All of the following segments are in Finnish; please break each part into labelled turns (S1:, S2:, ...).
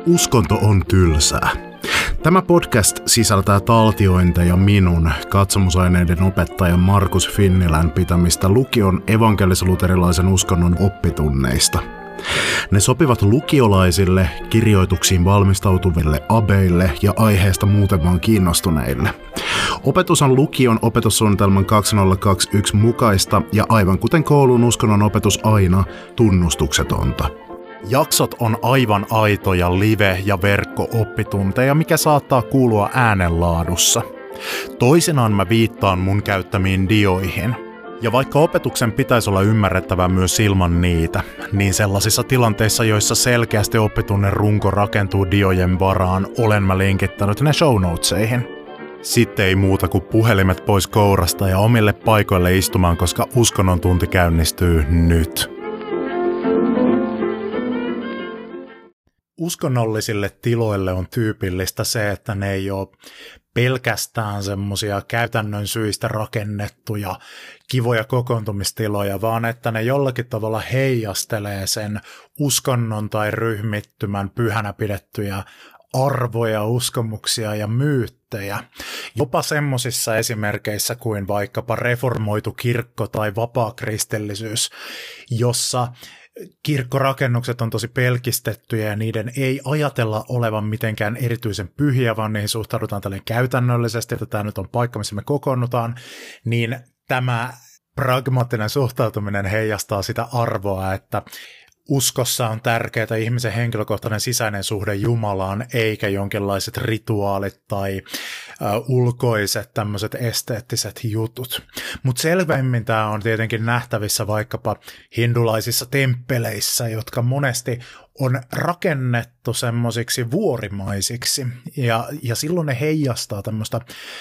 S1: Uskonto on tylsää. Tämä podcast sisältää taltiointeja minun, katsomusaineiden opettajan Markus Finnilän pitämistä lukion evankelis-luterilaisen uskonnon oppitunneista. Ne sopivat lukiolaisille, kirjoituksiin valmistautuville abeille ja aiheesta muuten vaan kiinnostuneille. Opetus on lukion opetussuunnitelman 2021 mukaista ja aivan kuten koulun uskonnon opetus aina, tunnustuksetonta. Jaksot on aivan aitoja live- ja verkko-oppitunteja, mikä saattaa kuulua äänenlaadussa. Toisinaan mä viittaan mun käyttämiin dioihin. Ja vaikka opetuksen pitäisi olla ymmärrettävää myös ilman niitä, niin sellaisissa tilanteissa, joissa selkeästi oppitunnin runko rakentuu diojen varaan, olen mä linkittänyt ne shownotesihin. Sitten ei muuta kuin puhelimet pois kourasta ja omille paikoille istumaan, koska uskonnon tunti käynnistyy nyt. Uskonnollisille tiloille on tyypillistä se, että ne ei ole pelkästään semmoisia käytännön syistä rakennettuja kivoja kokoontumistiloja, vaan että ne jollakin tavalla heijastelee sen uskonnon tai ryhmittymän pyhänä pidettyjä arvoja, uskomuksia ja myyttejä. Jopa semmoisissa esimerkkeissä kuin vaikkapa reformoitu kirkko tai vapaakristillisyys, jossa kirkkorakennukset on tosi pelkistettyjä ja niiden ei ajatella olevan mitenkään erityisen pyhiä, vaan niihin suhtaudutaan tälleen käytännöllisesti, että tämä nyt on paikka, missä me kokoonnutaan, niin tämä pragmaattinen suhtautuminen heijastaa sitä arvoa, että uskossa on tärkeää ihmisen henkilökohtainen sisäinen suhde Jumalaan, eikä jonkinlaiset rituaalit tai ulkoiset tämmöiset esteettiset jutut. Mutta selvemmin tämä on tietenkin nähtävissä vaikkapa hindulaisissa temppeleissä, jotka monesti on rakennettu semmoisiksi vuorimaisiksi, ja silloin ne heijastaa tämmöistä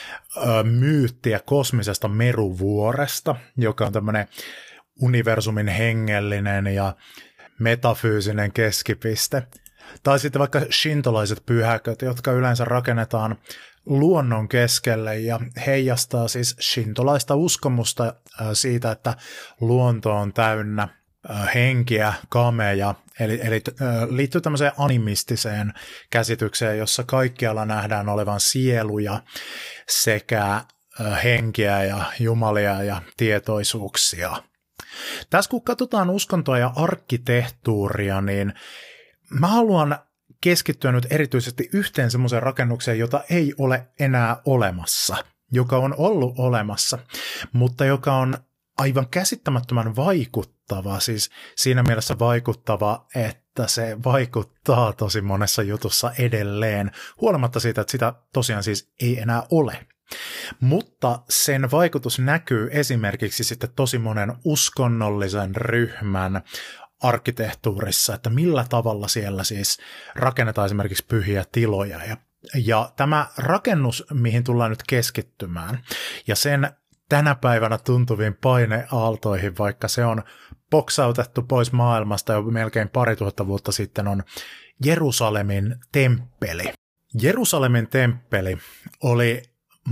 S1: myyttiä kosmisesta meruvuoresta, joka on tämmöinen universumin hengellinen ja metafyysinen keskipiste. Tai sitten vaikka shintolaiset pyhäköt, jotka yleensä rakennetaan luonnon keskelle ja heijastaa siis shintolaista uskomusta siitä, että luonto on täynnä henkiä, kameja, eli liittyy tämmöiseen animistiseen käsitykseen, jossa kaikkialla nähdään olevan sieluja sekä henkiä ja jumalia ja tietoisuuksia. Tässä kun katsotaan uskontoa ja arkkitehtuuria, niin mä haluan keskittyä nyt erityisesti yhteen semmoiseen rakennukseen, jota ei ole enää olemassa, joka on ollut olemassa, mutta joka on aivan käsittämättömän vaikuttava, siis siinä mielessä vaikuttava, että se vaikuttaa tosi monessa jutussa edelleen, huolimatta siitä, että sitä tosiaan siis ei enää ole. Mutta sen vaikutus näkyy esimerkiksi sitten tosi monen uskonnollisen ryhmän arkkitehtuurissa, että millä tavalla siellä siis rakennetaan esimerkiksi pyhiä tiloja. Ja tämä rakennus, mihin tullaan nyt keskittymään, ja sen tänä päivänä tuntuviin paineaaltoihin, vaikka se on boksautettu pois maailmasta jo melkein 2000 vuotta sitten, on Jerusalemin temppeli. Jerusalemin temppeli oli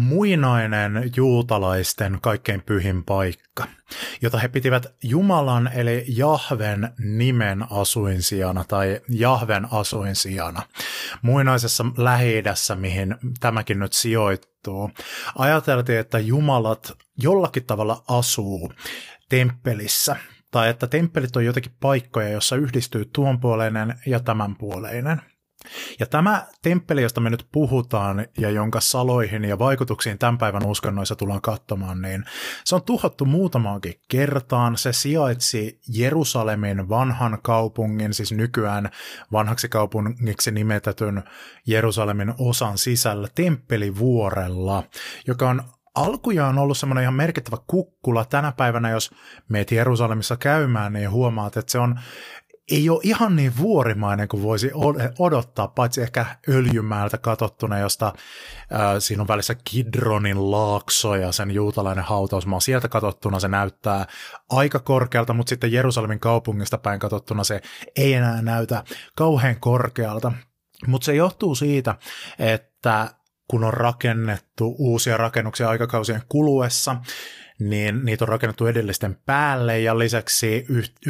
S1: muinainen juutalaisten kaikkein pyhin paikka, jota he pitivät Jumalan eli Jahven nimen asuinsijana tai Jahven asuinsijana. Muinaisessa Lähi-idässä, mihin tämäkin nyt sijoittuu, ajateltiin, että jumalat jollakin tavalla asuu temppelissä, tai että temppelit on jotakin paikkoja, jossa yhdistyy tuonpuoleinen ja tämänpuoleinen. Ja tämä temppeli, josta me nyt puhutaan ja jonka saloihin ja vaikutuksiin tämän päivän uskonnoissa tullaan katsomaan, niin se on tuhottu muutamaankin kertaan. Se sijaitsi Jerusalemin vanhan kaupungin, siis nykyään vanhaksi kaupungiksi nimetetyn Jerusalemin osan sisällä temppelivuorella, joka on alkujaan ollut semmoinen ihan merkittävä kukkula. Tänä päivänä, jos meet Jerusalemissa käymään, niin huomaat, että se ei ole ihan niin vuorimainen kuin voisi odottaa, paitsi ehkä Öljymäeltä katsottuna, josta siinä on välissä Kidronin laakso ja sen juutalainen hautausmaa. Sieltä katsottuna se näyttää aika korkealta, mutta sitten Jerusalemin kaupungista päin katsottuna se ei enää näytä kauhean korkealta. Mutta se johtuu siitä, että kun on rakennettu uusia rakennuksia aikakausien kuluessa, niin niitä on rakennettu edellisten päälle, ja lisäksi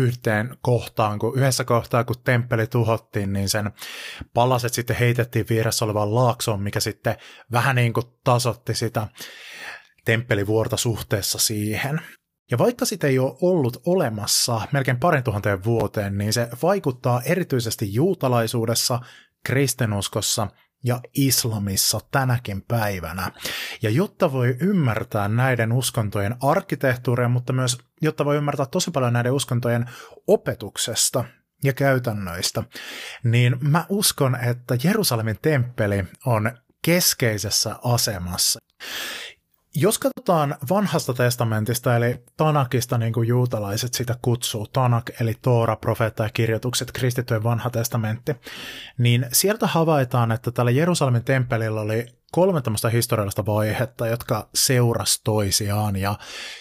S1: yhdessä kohtaa, kun temppeli tuhottiin, niin sen palaset sitten heitettiin vieressä olevaan laaksoon, mikä sitten vähän niin kuin tasoitti sitä temppelivuorta suhteessa siihen. Ja vaikka sitä ei ole ollut olemassa melkein 2000 vuoteen, niin se vaikuttaa erityisesti juutalaisuudessa, kristinuskossa ja islamissa tänäkin päivänä. Ja jotta voi ymmärtää näiden uskontojen arkkitehtuuria, mutta myös jotta voi ymmärtää tosi paljon näiden uskontojen opetuksesta ja käytännöistä, niin mä uskon, että Jerusalemin temppeli on keskeisessä asemassa. Jos katsotaan vanhasta testamentista, eli Tanakista, niin kuin juutalaiset sitä kutsuu, Tanak, eli Toora, profeetta ja kirjoitukset, kristittyjen vanha testamentti, niin sieltä havaitaan, että tällä Jerusalemin temppelillä oli 3 tämmöistä historiallista vaihetta, jotka seurasi toisiaan, ja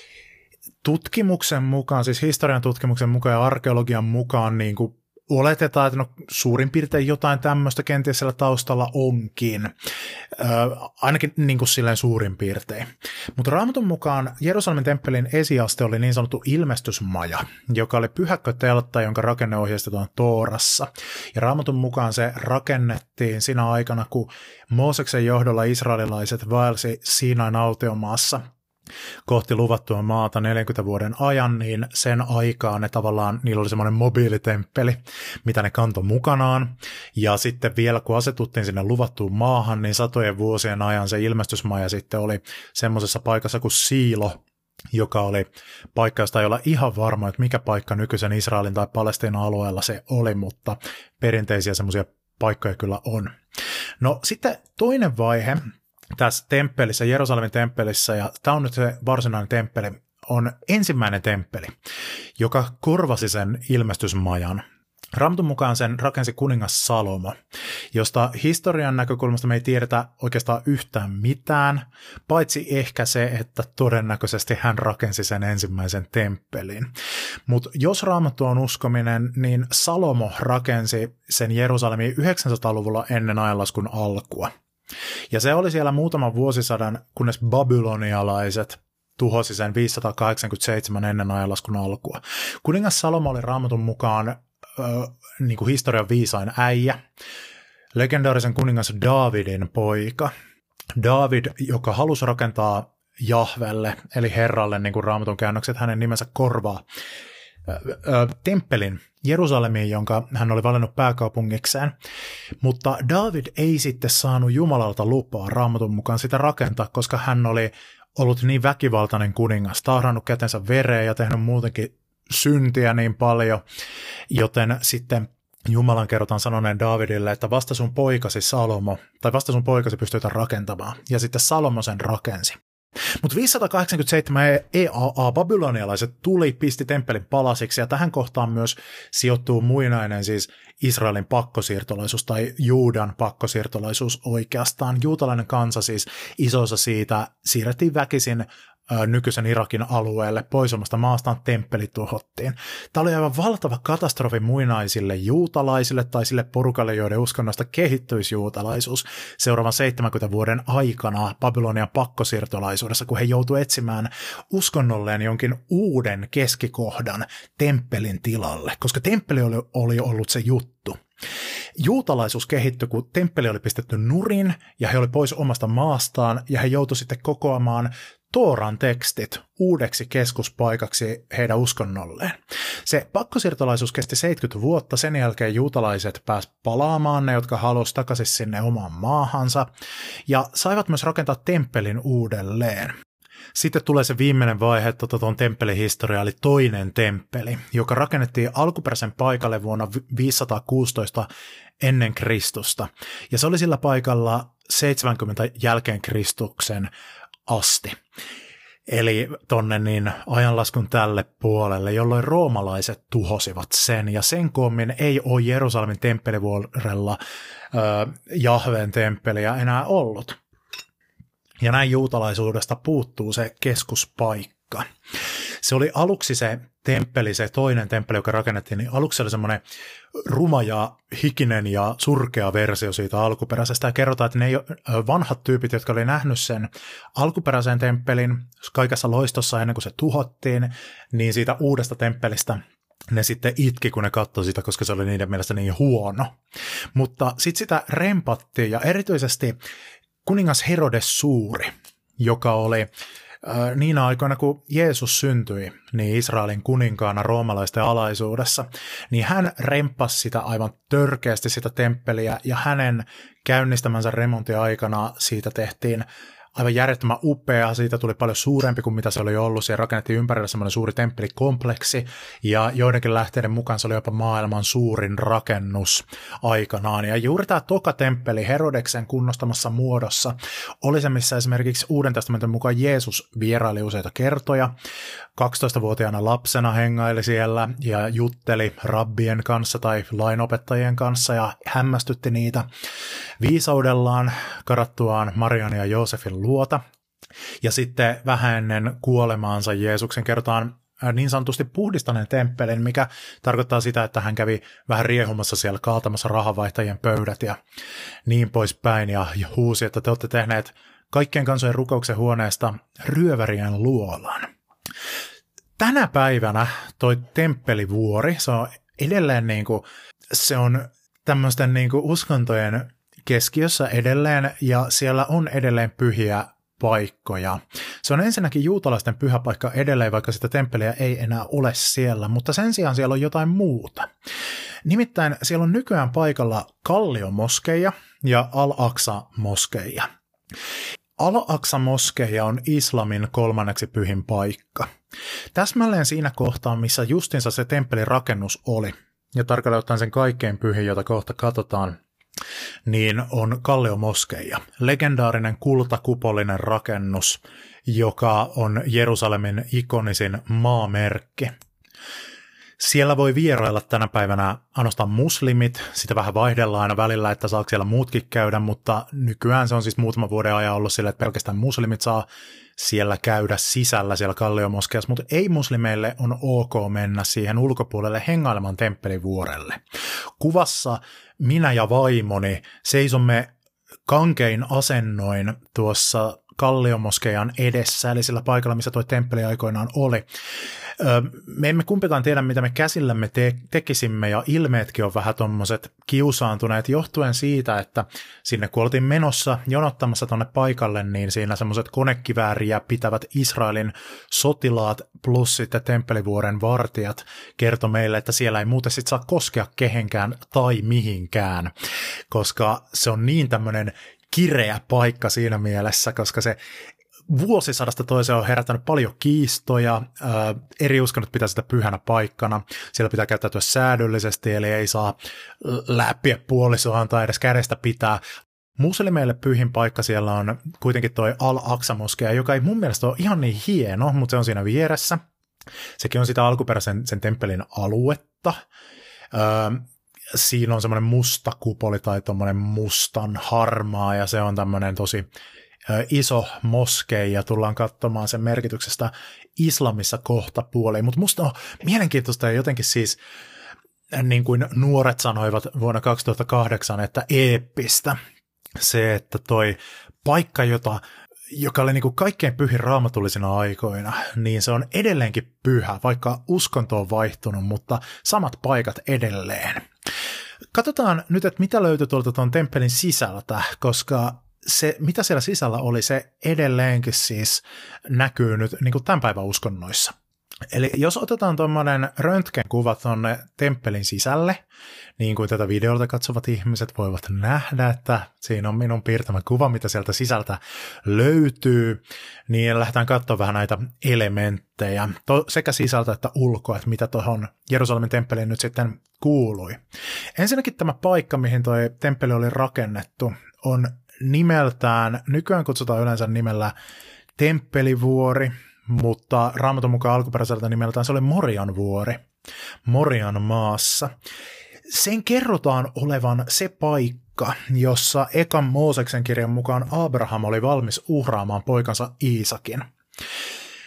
S1: tutkimuksen mukaan, siis historian tutkimuksen mukaan ja arkeologian mukaan, niin kuin oletetaan, että no, suurin piirtein jotain tämmöistä kenties siellä taustalla onkin, ainakin niin kuin silleen suurin piirtein. Mutta Raamatun mukaan Jerusalemin temppelin esiaste oli niin sanottu ilmestysmaja, joka oli pyhäkköteltta, jonka rakenne ohjeistetaan Toorassa. Ja Raamatun mukaan se rakennettiin siinä aikana, kun Mooseksen johdolla israelilaiset vaelsi Siinain autiomaassa kohti luvattua maata 40 vuoden ajan, niin sen aikaan niillä oli semmoinen mobiilitemppeli, mitä ne kantoi mukanaan, ja sitten vielä kun asetuttiin sinne luvattuun maahan, niin satojen vuosien ajan se ilmestysmaja sitten oli semmoisessa paikassa kuin Siilo, joka oli paikka, josta ei olla ihan varma, että mikä paikka nykyisen Israelin tai Palestiinan alueella se oli, mutta perinteisiä semmoisia paikkoja kyllä on. No sitten toinen vaihe tässä temppelissä, Jerusalemin temppelissä, ja tämä on nyt se varsinainen temppeli, on ensimmäinen temppeli, joka korvasi sen ilmestysmajan. Raamatun mukaan sen rakensi kuningas Salomo, josta historian näkökulmasta me ei tiedetä oikeastaan yhtään mitään, paitsi ehkä se, että todennäköisesti hän rakensi sen ensimmäisen temppelin. Mutta jos Raamattu on uskominen, niin Salomo rakensi sen Jerusalemin 900-luvulla ennen ajanlaskun alkua. Ja se oli siellä muutaman vuosisadan, kunnes babylonialaiset tuhosi sen 587 ennen ajanlaskun alkua. Kuningas Salomo oli Raamatun mukaan niin kuin historian viisain äijä, legendaarisen kuningas Daavidin poika. Daavid, joka halusi rakentaa Jahvelle, eli Herralle, niin kuin Raamatun käännökset hänen nimensä korvaa, temppelin Jerusalemiin, jonka hän oli valinnut pääkaupungikseen, mutta Daavid ei sitten saanut Jumalalta lupaa Raamatun mukaan sitä rakentaa, koska hän oli ollut niin väkivaltainen kuningas, tahrannut kätensä vereen ja tehnyt muutenkin syntiä niin paljon, joten sitten Jumalan kerrotaan sanoneen Daavidille, että vasta sun poikasi pystyy tämän rakentamaan, ja sitten Salomo sen rakensi. Mutta 587 EAA babylonialaiset pisti temppelin palasiksi, ja tähän kohtaan myös sijoittuu muinainen siis Israelin pakkosiirtolaisuus tai Juudan pakkosiirtolaisuus oikeastaan. Juutalainen kansa siis isossa siitä siirrettiin väkisin nykyisen Irakin alueelle pois omasta maastaan, temppeli tuhottiin. Tämä oli aivan valtava katastrofi muinaisille juutalaisille tai sille porukalle, joiden uskonnosta kehittyisi juutalaisuus seuraavan 70 vuoden aikana Babylonian pakkosiirtolaisuudessa, kun he joutuivat etsimään uskonnolleen jonkin uuden keskikohdan temppelin tilalle, koska temppeli oli ollut se juttu. Juutalaisuus kehittyi, kun temppeli oli pistetty nurin ja he oli pois omasta maastaan ja he joutuivat sitten kokoamaan Tooran tekstit uudeksi keskuspaikaksi heidän uskonnolleen. Se pakkosiirtolaisuus kesti 70 vuotta, sen jälkeen juutalaiset pääsivät palaamaan, ne jotka halusivat takaisin sinne omaan maahansa, ja saivat myös rakentaa temppelin uudelleen. Sitten tulee se viimeinen vaihe tuon temppelihistoriaa, eli toinen temppeli, joka rakennettiin alkuperäisen paikalle vuonna 516 ennen Kristusta. Ja se oli sillä paikalla 70 jälkeen Kristuksen asti. Eli tonne niin ajanlaskun tälle puolelle, jolloin roomalaiset tuhosivat sen, ja sen koommin ei ole Jerusalemin temppelivuorella Jahveen temppeliä enää ollut. Ja näin juutalaisuudesta puuttuu se keskuspaikka. Se oli aluksi se temppeli, se toinen temppeli, joka rakennettiin, niin aluksi oli semmoinen ruma ja hikinen ja surkea versio siitä alkuperäisestä. Ja kerrotaan, että ne vanhat tyypit, jotka oli nähnyt sen alkuperäisen temppelin kaikessa loistossa ennen kuin se tuhottiin, niin siitä uudesta temppelistä ne sitten itki, kun ne katsoi sitä, koska se oli niiden mielestä niin huono. Mutta sitten sitä rempattiin, ja erityisesti kuningas Herodes Suuri, joka oli niinä aikoina, kun Jeesus syntyi, niin Israelin kuninkaana roomalaisten alaisuudessa, niin hän remppasi sitä aivan törkeästi sitä temppeliä, ja hänen käynnistämänsä remontin aikana siitä tehtiin aivan järjettömän upea, siitä tuli paljon suurempi kuin mitä se oli ollut, siellä rakennettiin ympärillä semmoinen suuri temppelikompleksi, ja joidenkin lähteiden mukaan se oli jopa maailman suurin rakennus aikanaan, ja juuri tämä toka temppeli Herodeksen kunnostamassa muodossa oli se, missä esimerkiksi Uuden testamentin mukaan Jeesus vieraili useita kertoja, 12-vuotiaana lapsena hengaili siellä ja jutteli rabbien kanssa tai lainopettajien kanssa ja hämmästytti niitä viisaudellaan karattuaan Marian ja Joosefin luota. Ja sitten vähän ennen kuolemaansa Jeesuksen kertaan niin sanotusti puhdistaneen temppelin, mikä tarkoittaa sitä, että hän kävi vähän riehumassa siellä kaaltamassa rahanvaihtajien pöydät ja niin poispäin ja huusi, että te olette tehneet kaikkien kansojen rukouksen huoneesta ryövärien luolan. Tänä päivänä toi temppelivuori, se on edelleen se on tämmöisten uskontojen keskiössä edelleen, ja siellä on edelleen pyhiä paikkoja. Se on ensinnäkin juutalaisten pyhäpaikka edelleen, vaikka sitä temppeliä ei enää ole siellä, mutta sen sijaan siellä on jotain muuta. Nimittäin siellä on nykyään paikalla Kalliomoskeija ja Al-Aqsa-moskeija. Al-Aqsa-moskeija on islamin 3. pyhin paikka. Täsmälleen siinä kohtaa, missä justinsa se temppelin rakennus oli, ja tarkalleen ottaen sen kaikkein pyhin, jota kohta katsotaan, niin on Kalliomoskeija, legendaarinen kultakupollinen rakennus, joka on Jerusalemin ikonisin maamerkki. Siellä voi vierailla tänä päivänä ainoastaan muslimit, sitä vähän vaihdellaan aina välillä, että saako siellä muutkin käydä, mutta nykyään se on siis muutaman vuoden ajan ollut sillä, että pelkästään muslimit saa siellä käydä sisällä siellä Kalliomoskeijassa, mutta ei-muslimeille on ok mennä siihen ulkopuolelle hengailemaan temppelivuorelle. Kuvassa minä ja vaimoni seisomme kankein asennoin tuossa Kalliomoskeijan edessä, eli sillä paikalla, missä tuo temppeli aikoinaan oli. Me emme kumpikaan tiedä, mitä me käsillämme tekisimme, ja ilmeetkin on vähän tommoset kiusaantuneet johtuen siitä, että sinne kun oltiin menossa jonottamassa tonne paikalle, niin siinä semmoiset konekivääriä pitävät Israelin sotilaat plus sitten temppelivuoren vartijat kertoi meille, että siellä ei muuten sit saa koskea kehenkään tai mihinkään, koska se on niin tämmöinen kireä paikka siinä mielessä, koska se vuosisadasta toiseen on herättänyt paljon kiistoja, eri uskonnot pitää sitä pyhänä paikkana, siellä pitää käyttäytyä säädöllisesti, eli ei saa läpiä puolisoaan tai edes kädestä pitää. Muslimeille pyhin paikka siellä on kuitenkin toi Al-Aqsa-moskeija, joka ei mun mielestä ole ihan niin hieno, mutta se on siinä vieressä. Sekin on sitä alkuperäisen sen temppelin aluetta. Siinä on semmoinen musta kupoli tai tommoinen mustan harmaa, ja se on tämmöinen tosi iso moskeija, tullaan katsomaan sen merkityksestä islamissa kohta puoliin, mutta musta on mielenkiintoista ja jotenkin siis, niin kuin nuoret sanoivat vuonna 2008, että eeppistä se, että toi paikka, joka oli niin kuin kaikkein pyhin raamatullisina aikoina, niin se on edelleenkin pyhä, vaikka uskonto on vaihtunut, mutta samat paikat edelleen. Katsotaan nyt, että mitä löytyy tuolta tuon temppelin sisältä, koska se, mitä siellä sisällä oli, se edelleenkin siis näkyy nyt niin kuin tämän päivän uskonnoissa. Eli jos otetaan tuommoinen röntgenkuva tuonne temppelin sisälle, niin kuin tätä videolta katsovat ihmiset voivat nähdä, että siinä on minun piirtämä kuva, mitä sieltä sisältä löytyy, niin lähdetään katsomaan vähän näitä elementtejä, sekä sisältä että ulkoa, että mitä tuohon Jerusalemin temppeliin nyt sitten kuului. Ensinnäkin tämä paikka, mihin tuo temppeli oli rakennettu, on nimeltään, nykyään kutsutaan yleensä nimellä Temppelivuori, mutta Raamatun mukaan alkuperäiseltä nimeltään se oli Morian vuori, Morian maassa. Sen kerrotaan olevan se paikka, jossa ekan Mooseksen kirjan mukaan Abraham oli valmis uhraamaan poikansa Iisakin.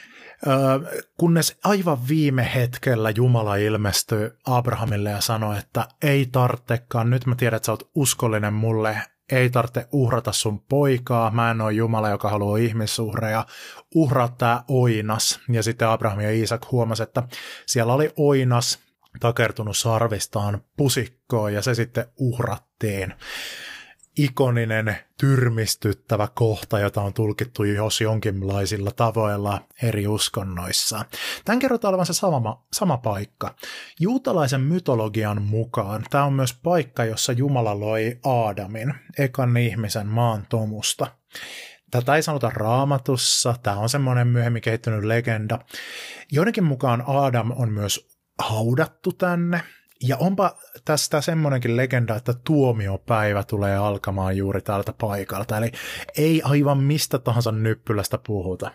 S1: kunnes aivan viime hetkellä Jumala ilmestyi Abrahamille ja sanoi, että ei tarvitsekaan, nyt mä tiedän, että sä oot uskollinen mulle, ei tarvitse uhrata sun poikaa, mä en ole Jumala, joka haluaa ihmisuhreja, uhraa tää oinas. Ja sitten Abraham ja Iisak huomasi, että siellä oli oinas takertunut sarvistaan pusikkoon ja se sitten uhrattiin. Ikoninen, tyrmistyttävä kohta, jota on tulkittu jos jonkinlaisilla tavoilla eri uskonnoissa. Tämän kerrotaan olevan se sama paikka. Juutalaisen mytologian mukaan tämä on myös paikka, jossa Jumala loi Aadamin, ekan ihmisen maan tomusta. Tätä ei sanota Raamatussa, tämä on semmoinen myöhemmin kehittynyt legenda. Joidenkin mukaan Aadam on myös haudattu tänne. Ja onpa tästä semmoinenkin legenda, että tuomiopäivä tulee alkamaan juuri tältä paikalta. Eli ei aivan mistä tahansa nyppylästä puhuta.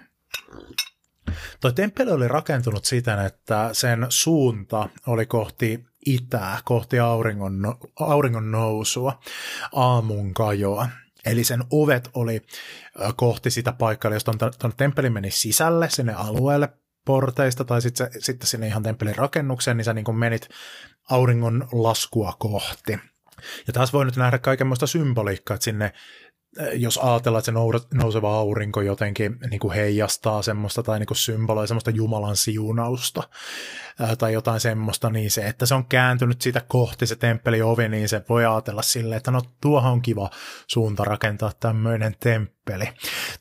S1: Toi temppeli oli rakentunut siten, että sen suunta oli kohti itää, kohti auringon nousua, aamun kajoa. Eli sen ovet oli kohti sitä paikkaa, jos tuon temppeli meni sisälle sinne alueelle porteista tai sitten sinne ihan temppelin rakennukseen, niin sä niin kuin menit auringon laskua kohti. Ja taas voi nyt nähdä kaikenmoista symboliikkaa, että sinne, jos ajatellaan, että se nouseva aurinko jotenkin niin kuin heijastaa semmoista tai niin kuin symboloi semmoista Jumalan siunausta tai jotain semmoista, niin se, että se on kääntynyt sitä kohti se temppelin ovi, niin se voi ajatella silleen, että no tuohon on kiva suunta rakentaa tämmöinen temppeli.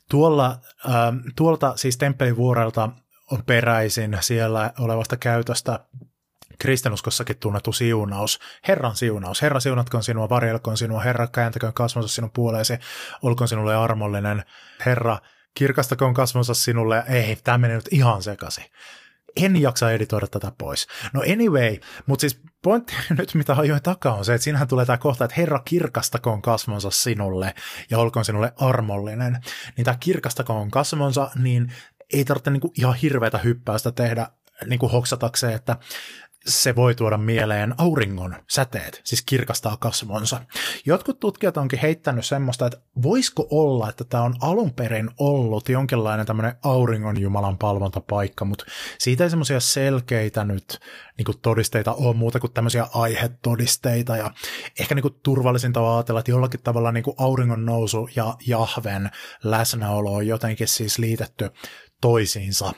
S1: Tuolta siis temppelivuorelta on peräisin siellä olevasta käytöstä kristinuskossakin tunnettu siunaus, Herran siunaus. Herra siunatkoon sinua, varjelkoon sinua, Herra kääntäköön kasvonsa sinun puoleesi, olkoon sinulle armollinen. Herra kirkastakoon kasvonsa sinulle. Ei, tämä meni nyt ihan sekaisin. En jaksa editoida tätä pois. No anyway, mutta siis pointti nyt, mitä ajoin takaa on se, että siinähän tulee tämä kohta, että Herra kirkastakoon kasvonsa sinulle ja olkoon sinulle armollinen. Niin tämä kirkastakoon kasvonsa, niin ei tarvitse niinku ihan hirveätä hyppäystä tehdä niinku hoksatakseen, että se voi tuoda mieleen auringon säteet, siis kirkastaa kasvonsa. Jotkut tutkijat onkin heittänyt semmoista, että voisiko olla, että tämä on alun perin ollut jonkinlainen tämmöinen auringon Jumalan palvontapaikka, mutta siitä ei semmoisia selkeitä nyt niinku todisteita ole muuta kuin tämmöisiä aihetodisteita, ja ehkä niinku turvallisinta on ajatella, että jollakin tavalla niinku auringon nousu ja Jahven läsnäolo on jotenkin siis liitetty toisiinsa.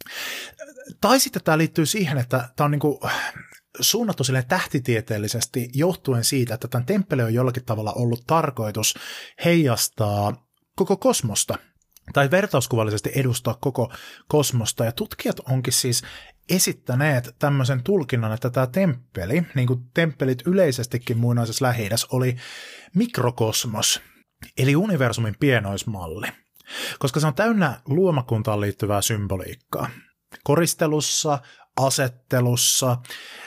S1: Tai sitten tämä liittyy siihen, että tämä on niinku suunnattu silleen tähtitieteellisesti johtuen siitä, että tämän temppeli on jollakin tavalla ollut tarkoitus heijastaa koko kosmosta tai vertauskuvallisesti edustaa koko kosmosta. Ja tutkijat onkin siis esittäneet tämmöisen tulkinnan, että tämä temppeli, niin kuin temppelit yleisestikin muinaisessa Lähi-idässä, oli mikrokosmos, eli universumin pienoismalli, koska se on täynnä luomakuntaan liittyvää symboliikkaa. Koristelussa, asettelussa,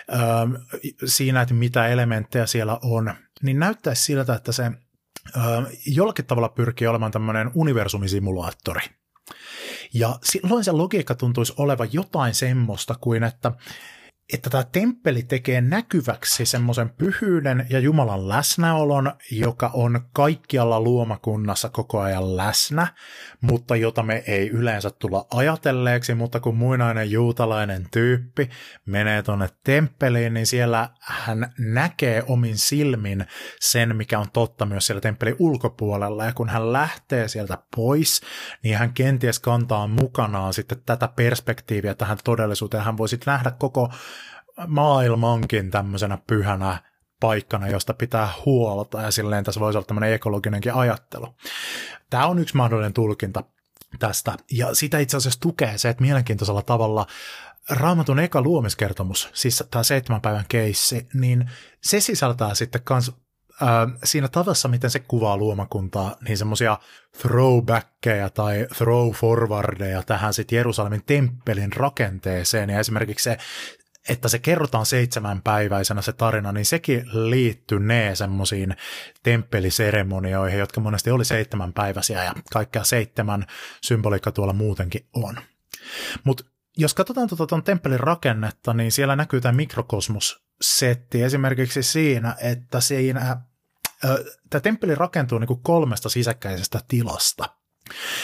S1: siinä, että mitä elementtejä siellä on, niin näyttäisi siltä, että se jollakin tavalla pyrkii olemaan tämmöinen universumisimulaattori. Ja silloin se logiikka tuntuisi olevan jotain semmoista kuin, että tämä temppeli tekee näkyväksi semmoisen pyhyyden ja Jumalan läsnäolon, joka on kaikkialla luomakunnassa koko ajan läsnä, mutta jota me ei yleensä tulla ajatelleeksi, mutta kun muinainen juutalainen tyyppi menee tuonne temppeliin, niin siellä hän näkee omin silmin sen, mikä on totta myös siellä temppelin ulkopuolella, ja kun hän lähtee sieltä pois, niin hän kenties kantaa mukanaan sitten tätä perspektiiviä tähän todellisuuteen, hän voi sitten nähdä koko maailmankin tämmöisenä pyhänä paikkana, josta pitää huolta, ja silleen tässä voisi olla tämmöinen ekologinenkin ajattelu. Tämä on yksi mahdollinen tulkinta tästä, ja sitä itse asiassa tukee se, että mielenkiintoisella tavalla Raamatun eka luomiskertomus, siis tämä 7 päivän keissi, niin se sisältää sitten kans siinä tavassa, miten se kuvaa luomakuntaa, niin semmoisia throwbackeja tai throwforwardeja tähän sitten Jerusalemin temppelin rakenteeseen, ja esimerkiksi se, että se kerrotaan 7-päiväisenä se tarina, niin sekin liittynee semmoisiin temppeliseremonioihin, jotka monesti oli 7-päiväisiä, ja kaikkea 7 symboliikka tuolla muutenkin on. Mutta jos katsotaan tuon temppelin rakennetta, niin siellä näkyy tämä mikrokosmos-setti esimerkiksi siinä, että tämä temppeli rakentuu niin kuin 3 sisäkkäisestä tilasta.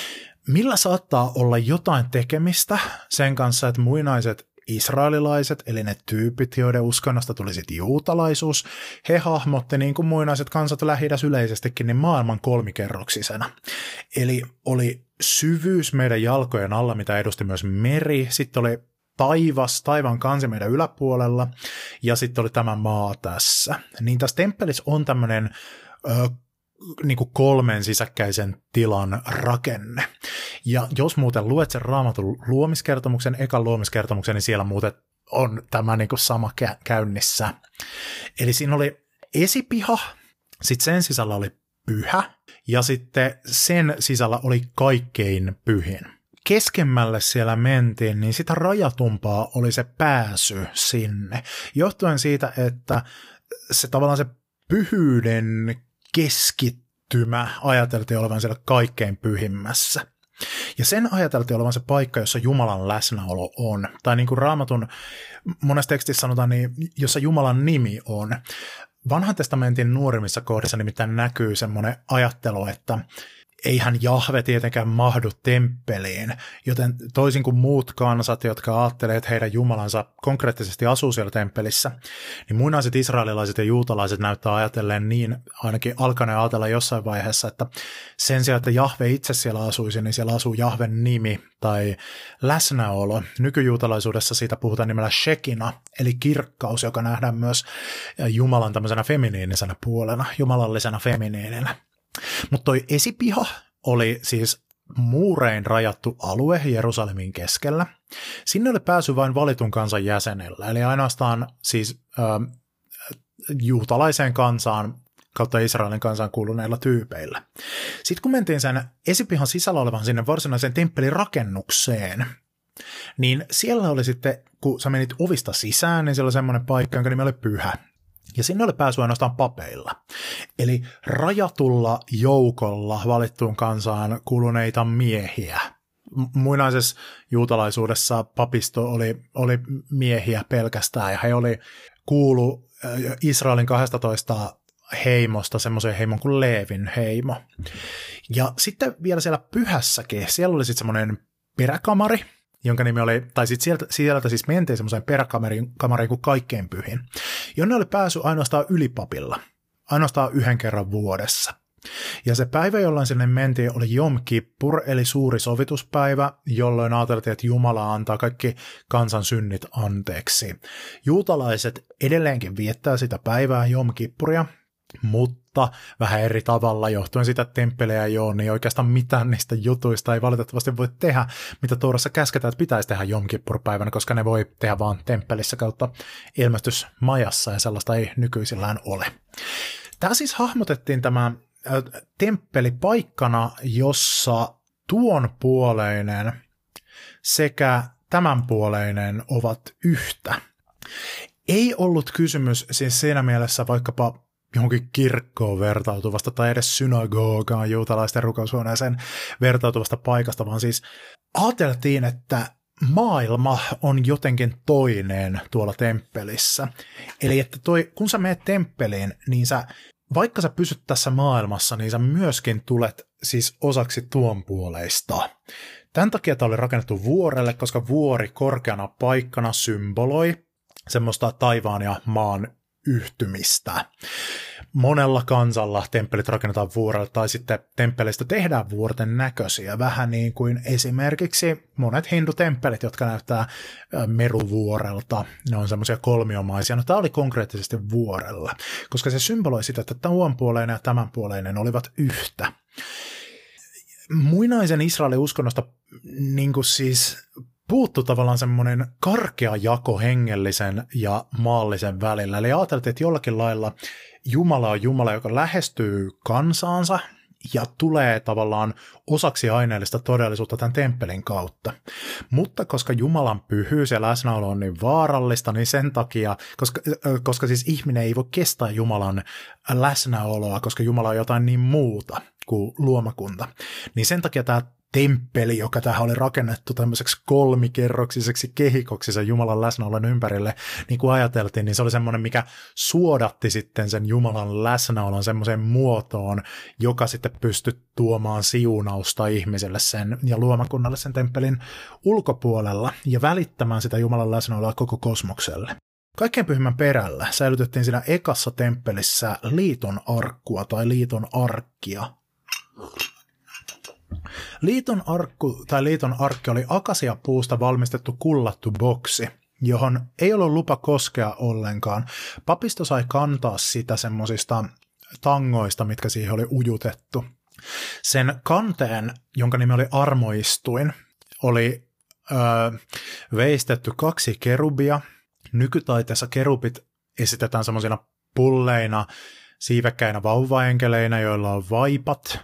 S1: millä saattaa olla jotain tekemistä sen kanssa, että muinaiset israelilaiset, eli ne tyypit, joiden uskonnosta tuli sitten juutalaisuus, he hahmotti niin kuin muinaiset kansat Lähi-idässä yleisestikin niin maailman kolmikerroksisena. Eli oli syvyys meidän jalkojen alla, mitä edusti myös meri, sitten oli taivaan kansi meidän yläpuolella, ja sitten oli tämä maa tässä. Niin tässä temppelissä on tämmöinen niin kuin 3 sisäkkäisen tilan rakenne. Ja jos muuten luet sen Raamatun luomiskertomuksen, ekan luomiskertomuksen, niin siellä muuten on tämä niin kuin sama käynnissä. Eli siinä oli esipiha, sitten sen sisällä oli pyhä, ja sitten sen sisällä oli kaikkein pyhin. Keskemmälle siellä mentiin, niin sitä rajatumpaa oli se pääsy sinne, johtuen siitä, että se tavallaan se pyhyyden keskittymä ajateltiin olevan siellä kaikkein pyhimmässä. Ja sen ajateltiin olevan se paikka, jossa Jumalan läsnäolo on. Tai niin kuin Raamatun monessa tekstissä sanotaan, niin jossa Jumalan nimi on. Vanhan testamentin nuorimmissa kohdissa nimittäin näkyy semmoinen ajattelu, että eihän Jahve tietenkään mahdu temppeliin, joten toisin kuin muut kansat, jotka ajattelee, että heidän Jumalansa konkreettisesti asuu siellä temppelissä, niin muinaiset israelilaiset ja juutalaiset näyttää ajatelleen niin, ainakin alkaneen ajatella jossain vaiheessa, että sen sijaan, että Jahve itse siellä asuisi, niin siellä asuu Jahven nimi tai läsnäolo. Nykyjuutalaisuudessa siitä puhutaan nimellä Shekina, eli kirkkaus, joka nähdään myös Jumalan tämmöisenä feminiinisenä puolena, jumalallisena feminiininä. Mutta toi esipiha oli siis muurein rajattu alue Jerusalemin keskellä. Sinne oli pääsy vain valitun kansan jäsenellä, eli ainoastaan siis juutalaiseen kansaan kautta Israelin kansaan kuuluneilla tyypeillä. Sitten kun mentiin sen esipihan sisällä olevan sinne varsinaiseen temppelirakennukseen, niin siellä oli sitten, kun sä menit ovista sisään, niin siellä oli semmoinen paikka, jonka nimi oli pyhä. Ja sinne oli pääsy ainoastaan papeilla. Eli rajatulla joukolla valittuun kansaan kuuluneita miehiä. Muinaisessa juutalaisuudessa papisto oli miehiä pelkästään, ja he kuulu Israelin 12 heimosta semmoiseen heimon kuin Leevin heimo. Ja sitten vielä siellä pyhässäkin, siellä oli sitten semmoinen peräkamari, jonka nimi oli, tai sitten sieltä siis mentiin semmoiseen peräkamariin kuin kaikkein pyhin, jonne oli pääsy ainoastaan ylipapilla, ainoastaan 1 kerran vuodessa. Ja se päivä, jolloin sinne mentiin, oli Jom Kippur, eli suuri sovituspäivä, jolloin ajateltiin, että Jumala antaa kaikki kansan synnit anteeksi. Juutalaiset edelleenkin viettää sitä päivää Jom Kippuria, mutta vähän eri tavalla, johtuen sitä, että temppelejä ei ole, niin oikeastaan mitään niistä jutuista ei valitettavasti voi tehdä, mitä Toorassa käsketään, että pitäisi tehdä Jom Kippur-päivänä, koska ne voi tehdä vaan temppelissä kautta ilmestysmajassa, ja sellaista ei nykyisillään ole. Tämä siis hahmotettiin tämä temppeli paikkana, jossa tuon puoleinen sekä tämän puoleinen ovat yhtä. Ei ollut kysymys siis siinä mielessä vaikkapa johonkin kirkkoon vertautuvasta tai edes synagogaan, juutalaisten rukoushuoneeseen vertautuvasta paikasta, vaan siis ajateltiin, että maailma on jotenkin toinen tuolla temppelissä. Eli että kun sä menet temppeliin, niin vaikka sä pysyt tässä maailmassa, niin sä myöskin tulet siis osaksi tuon puoleista. Tämän takia tämä oli rakennettu vuorelle, koska vuori korkeana paikkana symboloi semmoista taivaan ja maan yhtymistä. Monella kansalla temppelit rakennetaan vuorelle, tai sitten temppeleistä tehdään vuorten näköisiä, vähän niin kuin esimerkiksi monet hindutemppelit, jotka näyttää meruvuorelta. Ne on semmoisia kolmiomaisia. No tämä oli konkreettisesti vuorella, koska se symboloi sitä, että tuon puoleinen ja tämän puoleinen olivat yhtä. Muinaisen Israelin uskonnosta niin kuin siis puuttu tavallaan semmoinen karkea jako hengellisen ja maallisen välillä. Eli ajateltiin, että jollakin lailla Jumala on Jumala, joka lähestyy kansaansa ja tulee tavallaan osaksi aineellista todellisuutta tämän temppelin kautta. Mutta koska Jumalan pyhyys ja läsnäolo on niin vaarallista, niin sen takia, koska siis ihminen ei voi kestää Jumalan läsnäoloa, koska Jumala on jotain niin muuta kuin luomakunta, niin sen takia tämä temppeli, joka tähän oli rakennettu tämmöiseksi kolmikerroksiseksi kehikoksi sen Jumalan läsnäolon ympärille, niin kuin ajateltiin, niin se oli semmoinen, mikä suodatti sitten sen Jumalan läsnäolon semmoiseen muotoon, joka sitten pystyi tuomaan siunausta ihmiselle sen ja luomakunnalle sen temppelin ulkopuolella ja välittämään sitä Jumalan läsnäoloa koko kosmokselle. Kaikkein pyhimmän perällä säilytettiin siinä ekassa temppelissä liiton arkkua tai liiton arkkia. Liiton arkki oli akasiapuusta valmistettu kullattu boksi, johon ei ollut lupa koskea ollenkaan. Papisto sai kantaa sitä semmoisista tangoista, mitkä siihen oli ujutettu. Sen kanteen, jonka nimi oli armoistuin, oli veistetty 2 kerubia. Nykytaiteessa kerubit esitetään semmoisina pulleina, siivekkäinä vauvaenkeleinä, joilla on vaipat.